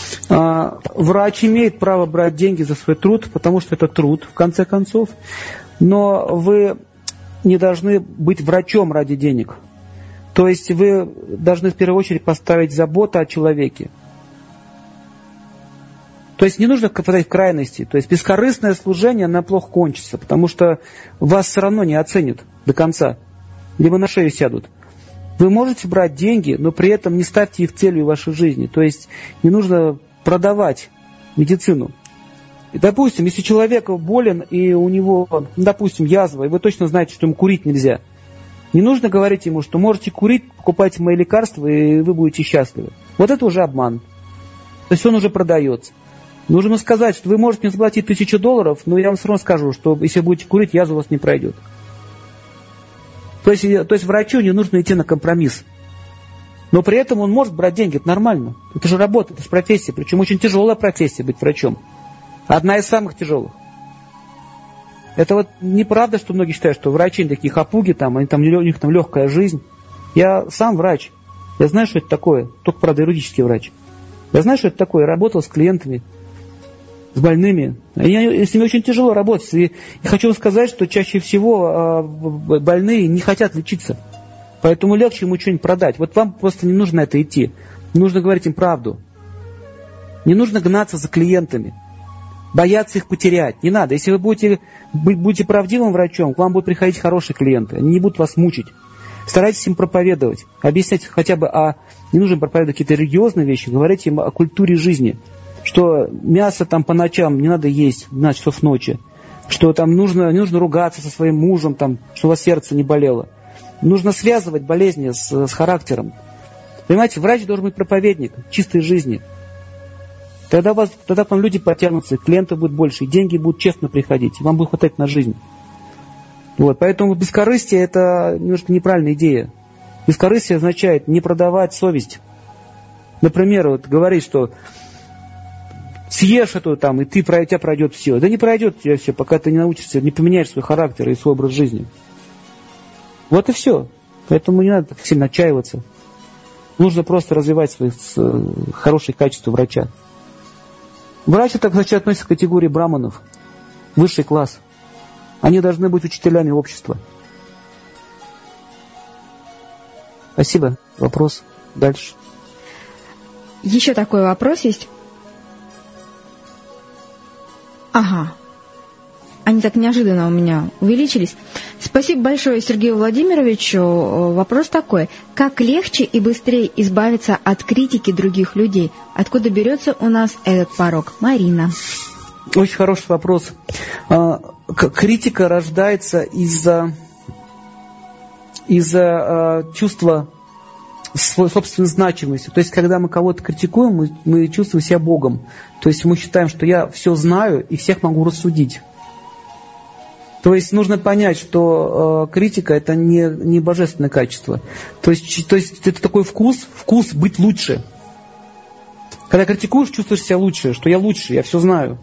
Врач имеет право брать деньги за свой труд, потому что это труд, в конце концов. Но вы не должны быть врачом ради денег. То есть вы должны в первую очередь поставить заботу о человеке. То есть не нужно впадать в крайности. То есть бескорыстное служение, оно плохо кончится, потому что вас все равно не оценят до конца. Либо на шею сядут. Вы можете брать деньги, но при этом не ставьте их целью вашей жизни. То есть не нужно продавать медицину. И, допустим, если человек болен и у него, допустим, язва, и вы точно знаете, что ему курить нельзя, не нужно говорить ему, что можете курить, покупайте мои лекарства, и вы будете счастливы. Вот это уже обман. То есть он уже продается. Нужно сказать, что вы можете мне заплатить тысячу долларов, но я вам все равно скажу, что если будете курить, язва у вас не пройдет. То есть, то есть врачу не нужно идти на компромисс. Но при этом он может брать деньги, это нормально. Это же работа, это же профессия, причем очень тяжелая профессия быть врачом. Одна из самых тяжелых. Это вот неправда, что многие считают, что врачи такие хапуги, там, они, там, у них там легкая жизнь. Я сам врач. Я знаю, что это такое. Только, правда, юридический врач. Я знаю, что это такое. Я работал с клиентами, с больными. И с ними очень тяжело работать. И хочу вам сказать, что чаще всего больные не хотят лечиться. Поэтому легче ему что-нибудь продать. Вот вам просто не нужно на это идти. Нужно говорить им правду. Не нужно гнаться за клиентами. Бояться их потерять. Не надо. Если вы будете, будете правдивым врачом, к вам будут приходить хорошие клиенты. Они не будут вас мучить. Старайтесь им проповедовать. Объяснять хотя бы о... Не нужно проповедовать какие-то религиозные вещи. Говорите им о культуре жизни. Что мясо там по ночам не надо есть в двенадцать часов ночи. Что там нужно, не нужно ругаться со своим мужем, там, что у вас сердце не болело. Нужно связывать болезни с, с характером. Понимаете, врач должен быть проповедник чистой жизни. Тогда, вас, тогда к вам люди потянутся, клиентов будет больше, и деньги будут честно приходить, и вам будет хватать на жизнь. Вот, поэтому бескорыстие – это немножко неправильная идея. Бескорыстие означает не продавать совесть. Например, вот говорить, что съешь эту там, и ты, у тебя пройдет все. Да не пройдет у тебя все, пока ты не научишься, не поменяешь свой характер и свой образ жизни. Вот и все. Поэтому не надо так сильно отчаиваться. Нужно просто развивать свои хорошие качества врача. Врач это, кстати, относится к категории браманов. Высший класс. Они должны быть учителями общества. Спасибо. Вопрос. Дальше. Еще такой вопрос есть. Ага. Они так неожиданно у меня увеличились. Спасибо большое Сергею Владимировичу. Вопрос такой. Как легче и быстрее избавиться от критики других людей? Откуда берется у нас этот порок? Марина. Очень хороший вопрос. Критика рождается из-за из-за чувства своей собственной значимости. То есть, когда мы кого-то критикуем, мы, мы чувствуем себя Богом. То есть, мы считаем, что я все знаю и всех могу рассудить. То есть, нужно понять, что э, критика – это не, не божественное качество. То есть, то есть, это такой вкус, вкус быть лучше. Когда критикуешь, чувствуешь себя лучше, что я лучше, я все знаю.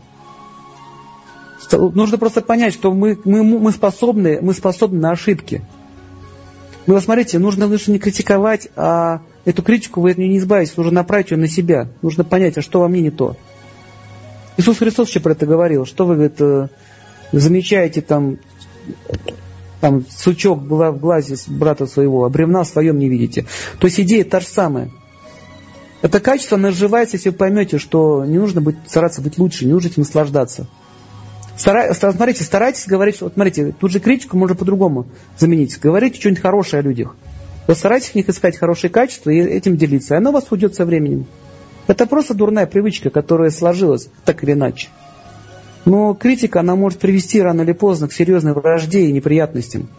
Нужно просто понять, что мы, мы, мы, способны, мы способны на ошибки. Ну, вот смотрите, нужно лучше не критиковать, а эту критику вы от нее не избавитесь, нужно направить ее на себя. Нужно понять, а что во мне не то. Иисус Христос еще про это говорил, что вы, говорит, замечаете там, там сучок была в глазе брата своего, а бревна в своем не видите. То есть идея та же самая. Это качество наживается, если вы поймете, что не нужно быть, стараться быть лучше, не нужно этим наслаждаться. Старай, смотрите, старайтесь говорить, что, вот смотрите, тут же критику можно по-другому заменить. Говорите что-нибудь хорошее о людях. Вы старайтесь в них искать хорошие качества и этим делиться. И оно у вас уйдет со временем. Это просто дурная привычка, которая сложилась так или иначе. Но критика, она может привести рано или поздно к серьезной вражде и неприятностям.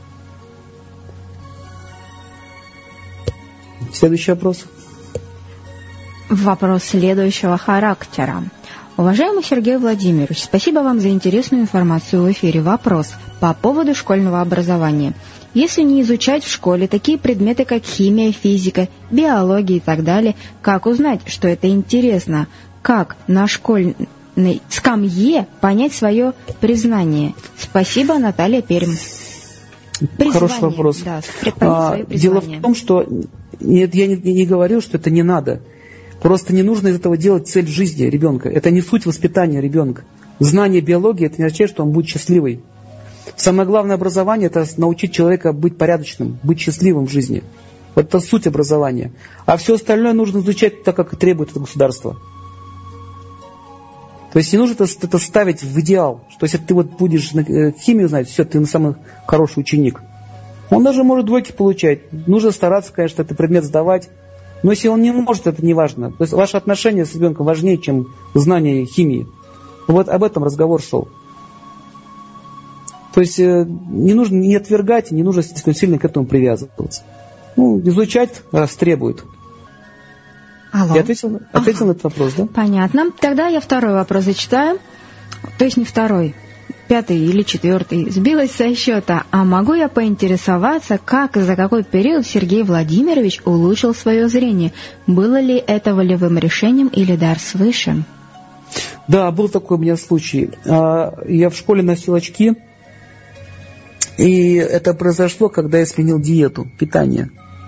Следующий вопрос. Вопрос следующего характера. Уважаемый Сергей Владимирович, спасибо вам за интересную информацию в эфире. Вопрос по поводу школьного образования. Если не изучать в школе такие предметы, как химия, физика, биология и так далее, как узнать, что это интересно? Как на школьной скамье понять свое признание? Спасибо, Наталья Пермь. Призвание, хороший вопрос. Да, а, дело в том, что нет, я не, не говорил, что это не надо. Просто не нужно из этого делать цель жизни ребенка. Это не суть воспитания ребенка. Знание биологии – это не означает, что он будет счастливый. Самое главное образование – это научить человека быть порядочным, быть счастливым в жизни. Вот это суть образования. А все остальное нужно изучать так, как требует это государство. То есть не нужно это, это ставить в идеал, что если ты вот будешь химию знать, все, ты самый хороший ученик. Он даже может двойки получать. Нужно стараться, конечно, этот предмет сдавать. Но если он не может, это не важно. То есть ваши отношения с ребенком важнее, чем знание химии. Вот об этом разговор шел. То есть не нужно не отвергать, не нужно сильно к этому привязываться. Ну, изучать, раз требует. Алло. Я ответил, ответил ага. на этот вопрос, да? Понятно. Тогда я второй вопрос зачитаю. То есть не второй, пятый или четвертый. Сбилась со счета. А могу я поинтересоваться, как и за какой период Сергей Владимирович улучшил свое зрение? Было ли это волевым решением или дар свыше? Да, был такой у меня случай. Я в школе носил очки, и это произошло, когда я сменил диету, питание.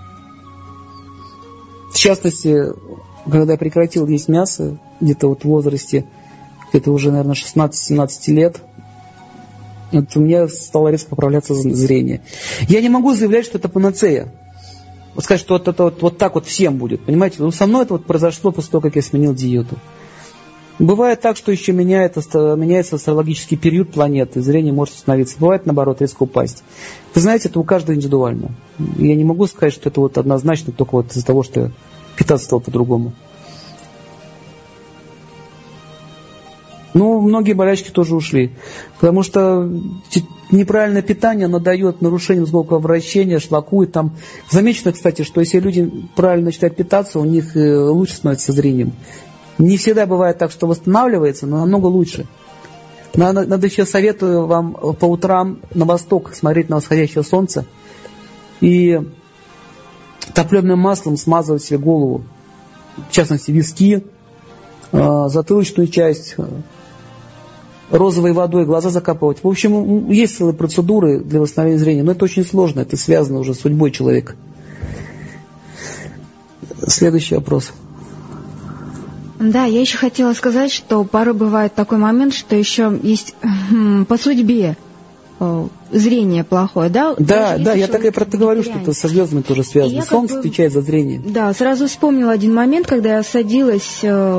В частности, когда я прекратил есть мясо, где-то вот в возрасте, где-то уже, наверное, шестнадцать-семнадцать лет, вот у меня стало резко поправляться зрение. Я не могу заявлять, что это панацея. Вот сказать, что вот, это вот, вот так вот всем будет. Понимаете? Но со мной это вот произошло после того, как я сменил диету. Бывает так, что еще меняется, меняется астрологический период планеты, зрение может становиться. Бывает, наоборот, резко упасть. Вы знаете, это у каждого индивидуально. Я не могу сказать, что это вот однозначно только вот из-за того, что я питаться стал по-другому. Ну, многие болячки тоже ушли. Потому что неправильное питание, оно дает нарушение мозгового обращения, шлакует там. Замечено, кстати, что если люди правильно начинают питаться, у них лучше становится со зрением. Не всегда бывает так, что восстанавливается, но намного лучше. Надо, надо еще советую вам по утрам на восток смотреть на восходящее солнце и топленым маслом смазывать себе голову, в частности виски, затылочную часть, розовой водой глаза закапывать. В общем, есть целые процедуры для восстановления зрения, но это очень сложно, это связано уже с судьбой человека. Следующий вопрос. Да, я еще хотела сказать, что порой бывает такой момент, что еще есть по судьбе зрение плохое, да? Да, да, я так и про это говорю, что это со звездами тоже связано. Солнце отвечает за зрение. Да, сразу вспомнила один момент, когда я садилась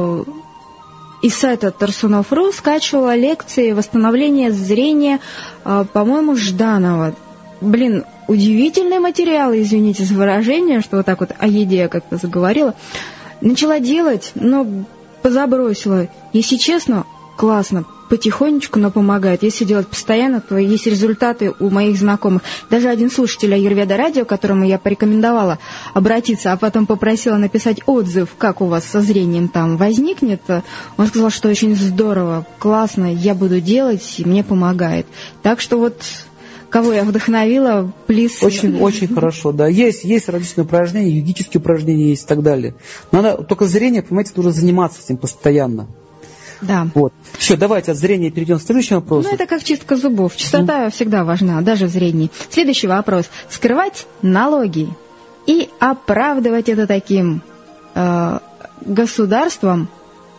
из сайта Тарсунов точка ру, скачивала лекции восстановления зрения, по-моему, Жданова. Блин, удивительные материалы, извините за выражение, что вот так вот о еде я как-то заговорила. Начала делать, но позабросила. Если честно, классно, потихонечку, но помогает. Если делать постоянно, то есть результаты у моих знакомых. Даже один слушатель Аюрведа радио, которому я порекомендовала обратиться, а потом попросила написать отзыв, как у вас со зрением там возникнет, он сказал, что очень здорово, классно, я буду делать, и мне помогает. Так что вот... Кого я вдохновила, плиз. Очень, очень хорошо, да. Есть, есть различные упражнения, йогические упражнения есть и так далее. Но надо, только зрение, понимаете, нужно заниматься этим постоянно. Да. Вот. Все, давайте от зрения перейдем к следующему вопросу. Ну, это как чистка зубов. Чистота mm. всегда важна, даже в зрении. Следующий вопрос. Скрывать налоги и оправдывать это таким э, государством,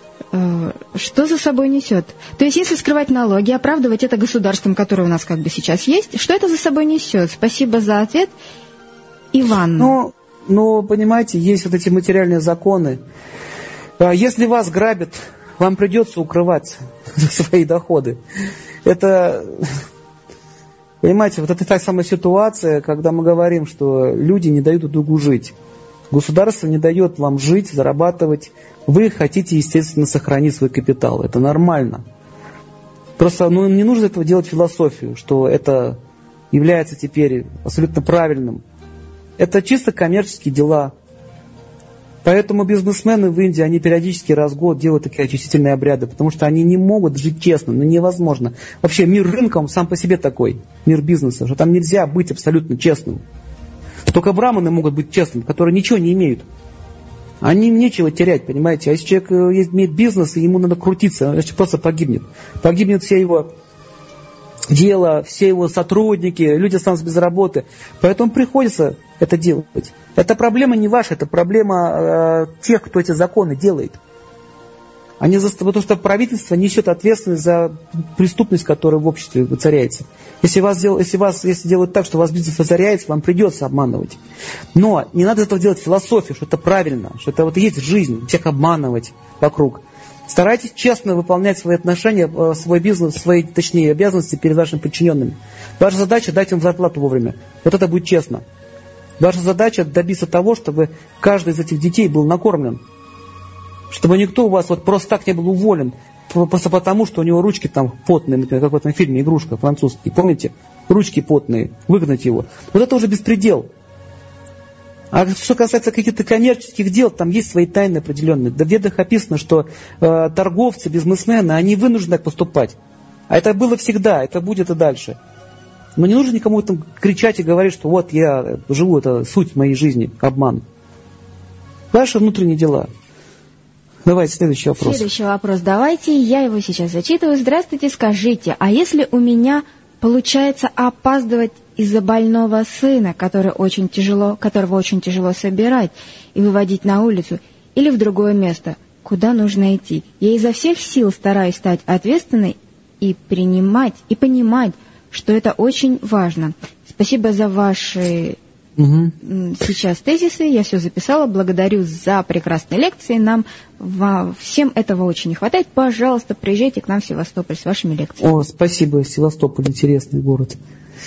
что за собой несет? То есть, если скрывать налоги, оправдывать это государством, которое у нас как бы сейчас есть, что это за собой несет? Спасибо за ответ, Иван. Ну, ну, понимаете, есть вот эти материальные законы. Если вас грабят, вам придется укрывать свои доходы. Это, понимаете, вот это та самая ситуация, когда мы говорим, что люди не дают друг другу жить. Государство не дает вам жить, зарабатывать. Вы хотите, естественно, сохранить свой капитал. Это нормально. Просто ну, не нужно этого делать философию, что это является теперь абсолютно правильным. Это чисто коммерческие дела. Поэтому бизнесмены в Индии, они периодически раз в год делают такие очистительные обряды, потому что они не могут жить честно, ну невозможно. Вообще мир рынка, он сам по себе такой, мир бизнеса, что там нельзя быть абсолютно честным. Только браманы могут быть честными, которые ничего не имеют. Они им нечего терять, понимаете. А если человек имеет бизнес, и ему надо крутиться, он просто погибнет. Погибнет все его дело, все его сотрудники, люди останутся без работы. Поэтому приходится это делать. Эта проблема не ваша, это проблема э, тех, кто эти законы делает. Они за, потому что правительство несет ответственность за преступность, которая в обществе воцаряется. Если вас, дел, если вас если делают так, что у вас бизнес воцаряется, вам придется обманывать. Но не надо этого делать философию, что это правильно, что это вот и есть жизнь, всех обманывать вокруг. Старайтесь честно выполнять свои отношения, свой бизнес, свои, точнее, обязанности перед вашими подчиненными. Ваша задача дать им зарплату вовремя. Вот это будет честно. Ваша задача добиться того, чтобы каждый из этих детей был накормлен. Чтобы никто у вас вот просто так не был уволен, просто потому, что у него ручки там потные, например, как в этом фильме «Игрушка» французский. Помните? Ручки потные. Выгнать его. Вот это уже беспредел. А что касается каких-то коммерческих дел, там есть свои тайны определенные. В ведах описано, что э, торговцы, бизнесмены, они вынуждены так поступать. А это было всегда, это будет и дальше. Но не нужно никому там кричать и говорить, что вот я живу, это суть моей жизни, обман. Ваши внутренние дела. Давайте следующий вопрос. Следующий вопрос. Давайте, я его сейчас зачитываю. Здравствуйте, скажите, а если у меня получается опаздывать из-за больного сына, который очень тяжело, которого очень тяжело собирать и выводить на улицу, или в другое место, куда нужно идти? Я изо всех сил стараюсь стать ответственной и принимать, и понимать, что это очень важно. Спасибо за ваши угу. сейчас тезисы. Я все записала. Благодарю за прекрасные лекции. Нам всем этого очень не хватает. Пожалуйста, приезжайте к нам в Севастополь с вашими лекциями. О, спасибо. Севастополь интересный город.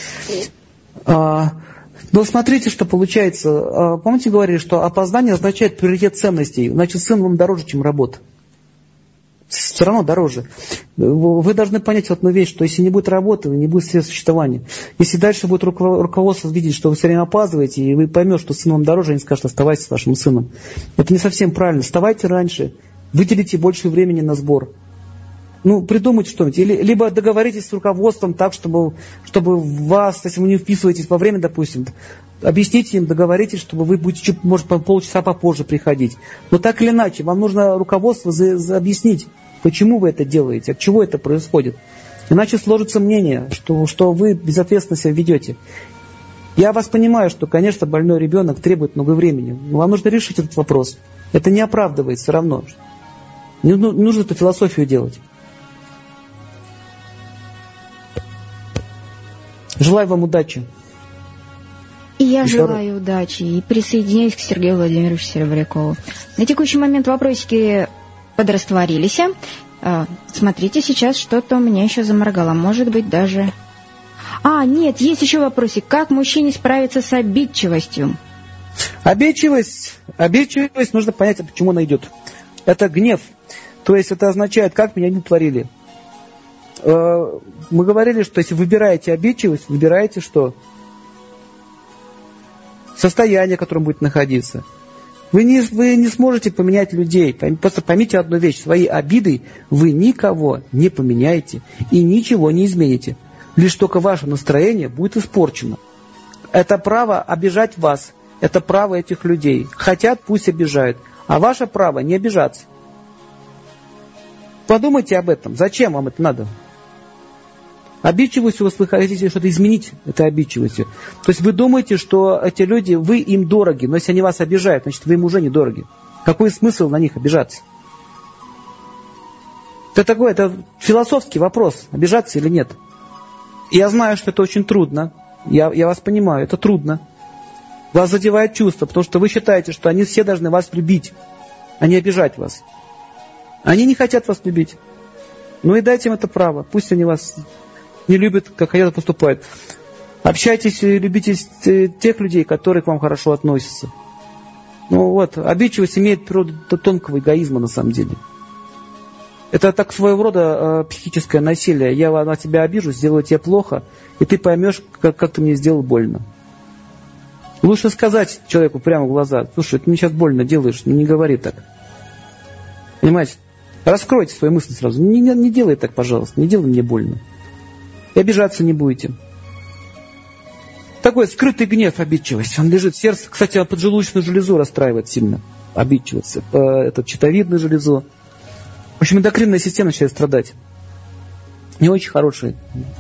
А, но смотрите, что получается. А, помните, говорили, что опоздание означает приоритет ценностей. Значит, сын вам дороже, чем работа. Все равно дороже. Вы должны понять вот одну вещь, что если не будет работы, не будет средств существования. Если дальше будет руководство видеть, что вы все время опаздываете, и вы поймете, что сын вам дороже, они скажут, оставайтесь с вашим сыном. Это не совсем правильно. Вставайте раньше, выделите больше времени на сбор. Ну, придумайте что-нибудь. Или, либо договоритесь с руководством так, чтобы, чтобы вас, если вы не вписываетесь во время, допустим, объясните им, договоритесь, чтобы вы будете, чуть, может, полчаса попозже приходить. Но так или иначе, вам нужно руководство за, за объяснить, почему вы это делаете, от чего это происходит. Иначе сложится мнение, что, что вы безответственно себя ведете. Я вас понимаю, что, конечно, больной ребенок требует много времени, но вам нужно решить этот вопрос. Это не оправдывает все равно. Не нужно эту философию делать. Желаю вам удачи. И я и желаю удачи и присоединяюсь к Сергею Владимировичу Серебрякову. На текущий момент вопросики подрастворились. Смотрите, сейчас что-то у меня еще заморгало. Может быть, даже... А, нет, есть еще вопросик. Как мужчине справиться с обидчивостью? Обидчивость, обидчивость, нужно понять, почему она идет. Это гнев. То есть это означает, как меня не творили. Мы говорили, что если выбираете обидчивость, выбираете что? Состояние, в котором будет находиться. Вы не, вы не сможете поменять людей. Просто поймите одну вещь. Своей обидой вы никого не поменяете и ничего не измените. Лишь только ваше настроение будет испорчено. Это право обижать вас. Это право этих людей. Хотят, пусть обижают. А ваше право не обижаться. Подумайте об этом. Зачем вам это надо? Обидчивостью вы хотите что-то изменить, это обидчивостью. То есть вы думаете, что эти люди, вы им дороги, но если они вас обижают, значит вы им уже не дороги. Какой смысл на них обижаться? Это такой, это философский вопрос, обижаться или нет. И я знаю, что это очень трудно. Я, я вас понимаю, это трудно. Вас задевает чувство, потому что вы считаете, что они все должны вас любить, а не обижать вас. Они не хотят вас любить. Ну и дайте им это право. Пусть они вас не любят, как хотят, поступают. Общайтесь и любите тех людей, которые к вам хорошо относятся. Ну вот, обидчивость имеет природу тонкого эгоизма на самом деле. Это так своего рода э, психическое насилие. Я на тебя обижу, сделаю тебе плохо, и ты поймешь, как, как ты мне сделал больно. Лучше сказать человеку прямо в глаза: слушай, ты мне сейчас больно делаешь, не говори так. Понимаете? Раскройте свои мысли сразу. Не, не, не делай так, пожалуйста, не делай мне больно. И обижаться не будете. Такой скрытый гнев, обидчивость. Он лежит в сердце. Кстати, поджелудочную железу расстраивает сильно. Обидчивость. Это щитовидную железу. В общем, эндокринная система начинает страдать. Не очень хорошая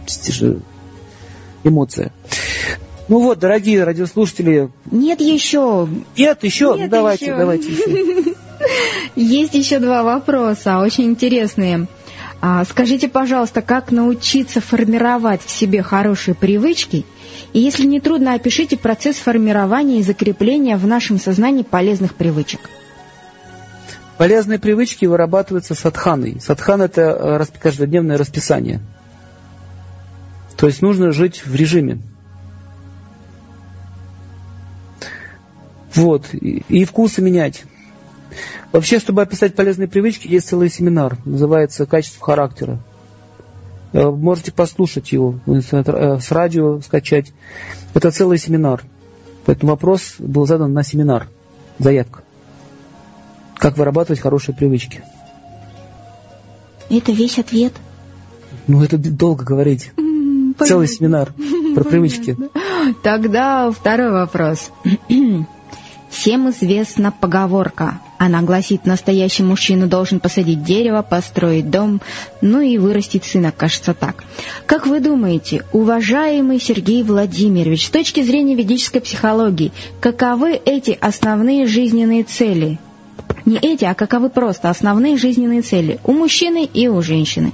эмоция. Ну вот, дорогие радиослушатели. Нет еще. Нет еще? Нет ну давайте, еще. давайте еще. Есть еще два вопроса, очень интересные. А, скажите, пожалуйста, как научиться формировать в себе хорошие привычки? И если не трудно, опишите процесс формирования и закрепления в нашем сознании полезных привычек. Полезные привычки вырабатываются садханой. Садхана – это каждодневное расписание. То есть нужно жить в режиме. Вот. И вкусы менять. Вообще, чтобы описать полезные привычки, есть целый семинар. Называется «Качество характера». Можете послушать его, с радио скачать. Это целый семинар. Поэтому вопрос был задан на семинар. Заявка. Как вырабатывать хорошие привычки. Это весь ответ? Ну, это долго говорить. Mm, целый семинар про привычки. Тогда второй вопрос. Всем известна поговорка. Она гласит: настоящий мужчина должен посадить дерево, построить дом, ну и вырастить сына, кажется так. Как вы думаете, уважаемый Сергей Владимирович, с точки зрения ведической психологии, каковы эти основные жизненные цели? Не эти, а каковы просто основные жизненные цели у мужчины и у женщины?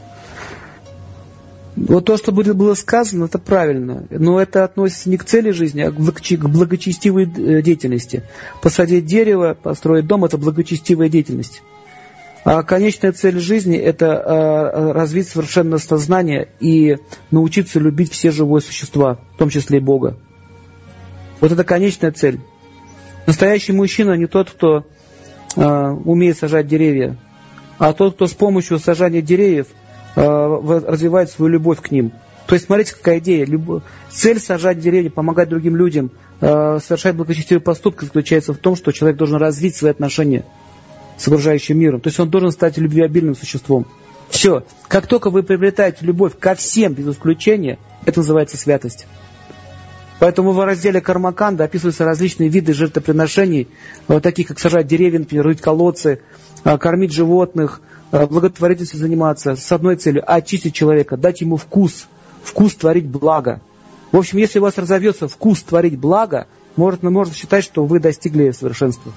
Вот то, что было сказано, это правильно. Но это относится не к цели жизни, а к благочестивой деятельности. Посадить дерево, построить дом – это благочестивая деятельность. А конечная цель жизни – это развить совершенное сознание и научиться любить все живые существа, в том числе и Бога. Вот это конечная цель. Настоящий мужчина не тот, кто умеет сажать деревья, а тот, кто с помощью сажания деревьев развивает свою любовь к ним. То есть, смотрите, какая идея. Любовь. Цель сажать деревья, помогать другим людям, совершать благочестивые поступки заключается в том, что человек должен развить свои отношения с окружающим миром. То есть он должен стать любвеобильным существом. Все. Как только вы приобретаете любовь ко всем без исключения, это называется святость. Поэтому в разделе Кармаканда описываются различные виды жертвоприношений, такие как сажать деревья, например, рыть колодцы, кормить животных, благотворительностью заниматься с одной целью – очистить человека, дать ему вкус, вкус творить благо. В общем, если у вас разовьется вкус творить благо, можно, можно считать, что вы достигли совершенства.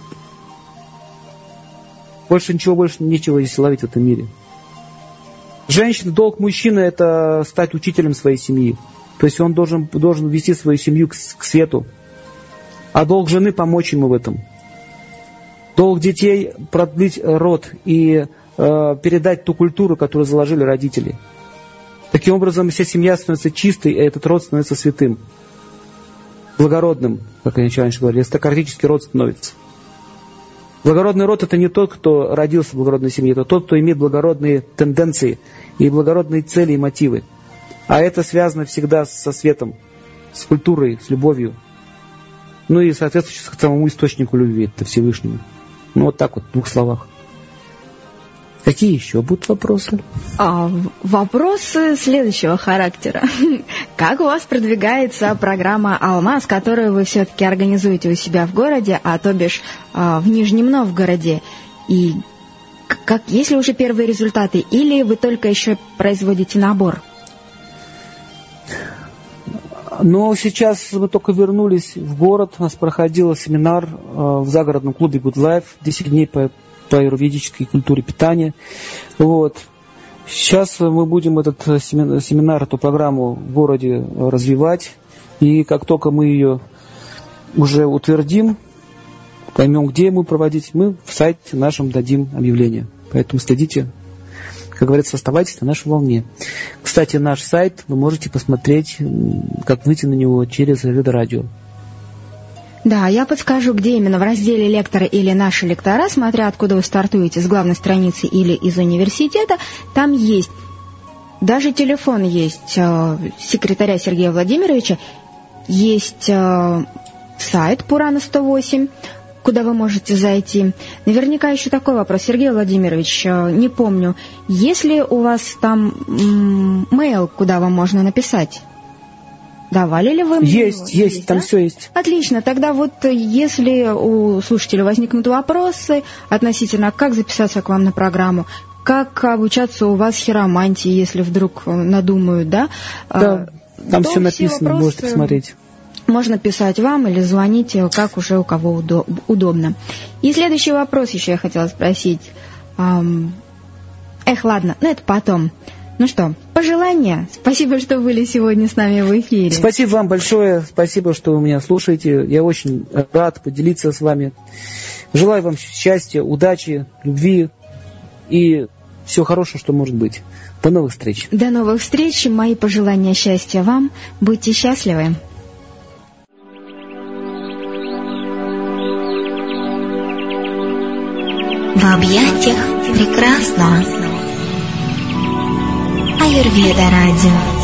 Больше ничего, больше нечего здесь ловить в этом мире. Женщина, долг мужчины – это стать учителем своей семьи. То есть он должен, должен вести свою семью к, к свету. А долг жены – помочь ему в этом. Долг детей – продлить род и э, передать ту культуру, которую заложили родители. Таким образом, вся семья становится чистой, и этот род становится святым. Благородным, как я раньше говорил, аристократический род становится. Благородный род – это не тот, кто родился в благородной семье, это тот, кто имеет благородные тенденции и благородные цели и мотивы. А это связано всегда со светом, с культурой, с любовью. Ну и соответствующе к самому источнику любви, это Всевышнему. Ну вот так вот, в двух словах. Какие еще будут вопросы? А, вопросы следующего характера. Как у вас продвигается программа «Алмаз», которую вы все-таки организуете у себя в городе, а то бишь а, в Нижнем Новгороде? И как, есть ли уже первые результаты, или вы только еще производите набор? Но сейчас мы только вернулись в город, у нас проходил семинар э, в загородном клубе Good Life, десять дней по, по аюрведической культуре питания. Вот. Сейчас мы будем этот семинар, семинар, эту программу в городе развивать, и как только мы ее уже утвердим, поймем, где мы проводить, мы в сайте нашем дадим объявление. Поэтому следите. Как говорится, оставайтесь на нашей волне. Кстати, наш сайт вы можете посмотреть, как выйти на него через радио. Да, я подскажу, где именно в разделе «Лекторы» или «Наши лектора», смотря откуда вы стартуете, с главной страницы или из университета, там есть, даже телефон есть э, секретаря Сергея Владимировича, есть э, сайт Пурана сто восемь, куда вы можете зайти. Наверняка еще такой вопрос, Сергей Владимирович, не помню, есть ли у вас там мейл, куда вам можно написать? Давали ли вы мне Есть, его? есть, есть, там да? Все есть. Отлично, тогда вот если у слушателей возникнут вопросы относительно, как записаться к вам на программу, как обучаться у вас хиромантии, если вдруг надумают, да? Да, там все написано, вопросы... можете посмотреть. Можно писать вам или звонить, как уже у кого удобно. И следующий вопрос еще я хотела спросить. Эх, ладно, но это потом. Ну что, пожелания? Спасибо, что были сегодня с нами в эфире. Спасибо вам большое, спасибо, что вы меня слушаете. Я очень рад поделиться с вами. Желаю вам счастья, удачи, любви и всего хорошего, что может быть. До новых встреч. До новых встреч. Мои пожелания счастья вам. Будьте счастливы. В объятиях прекрасного. Аюрведа радио.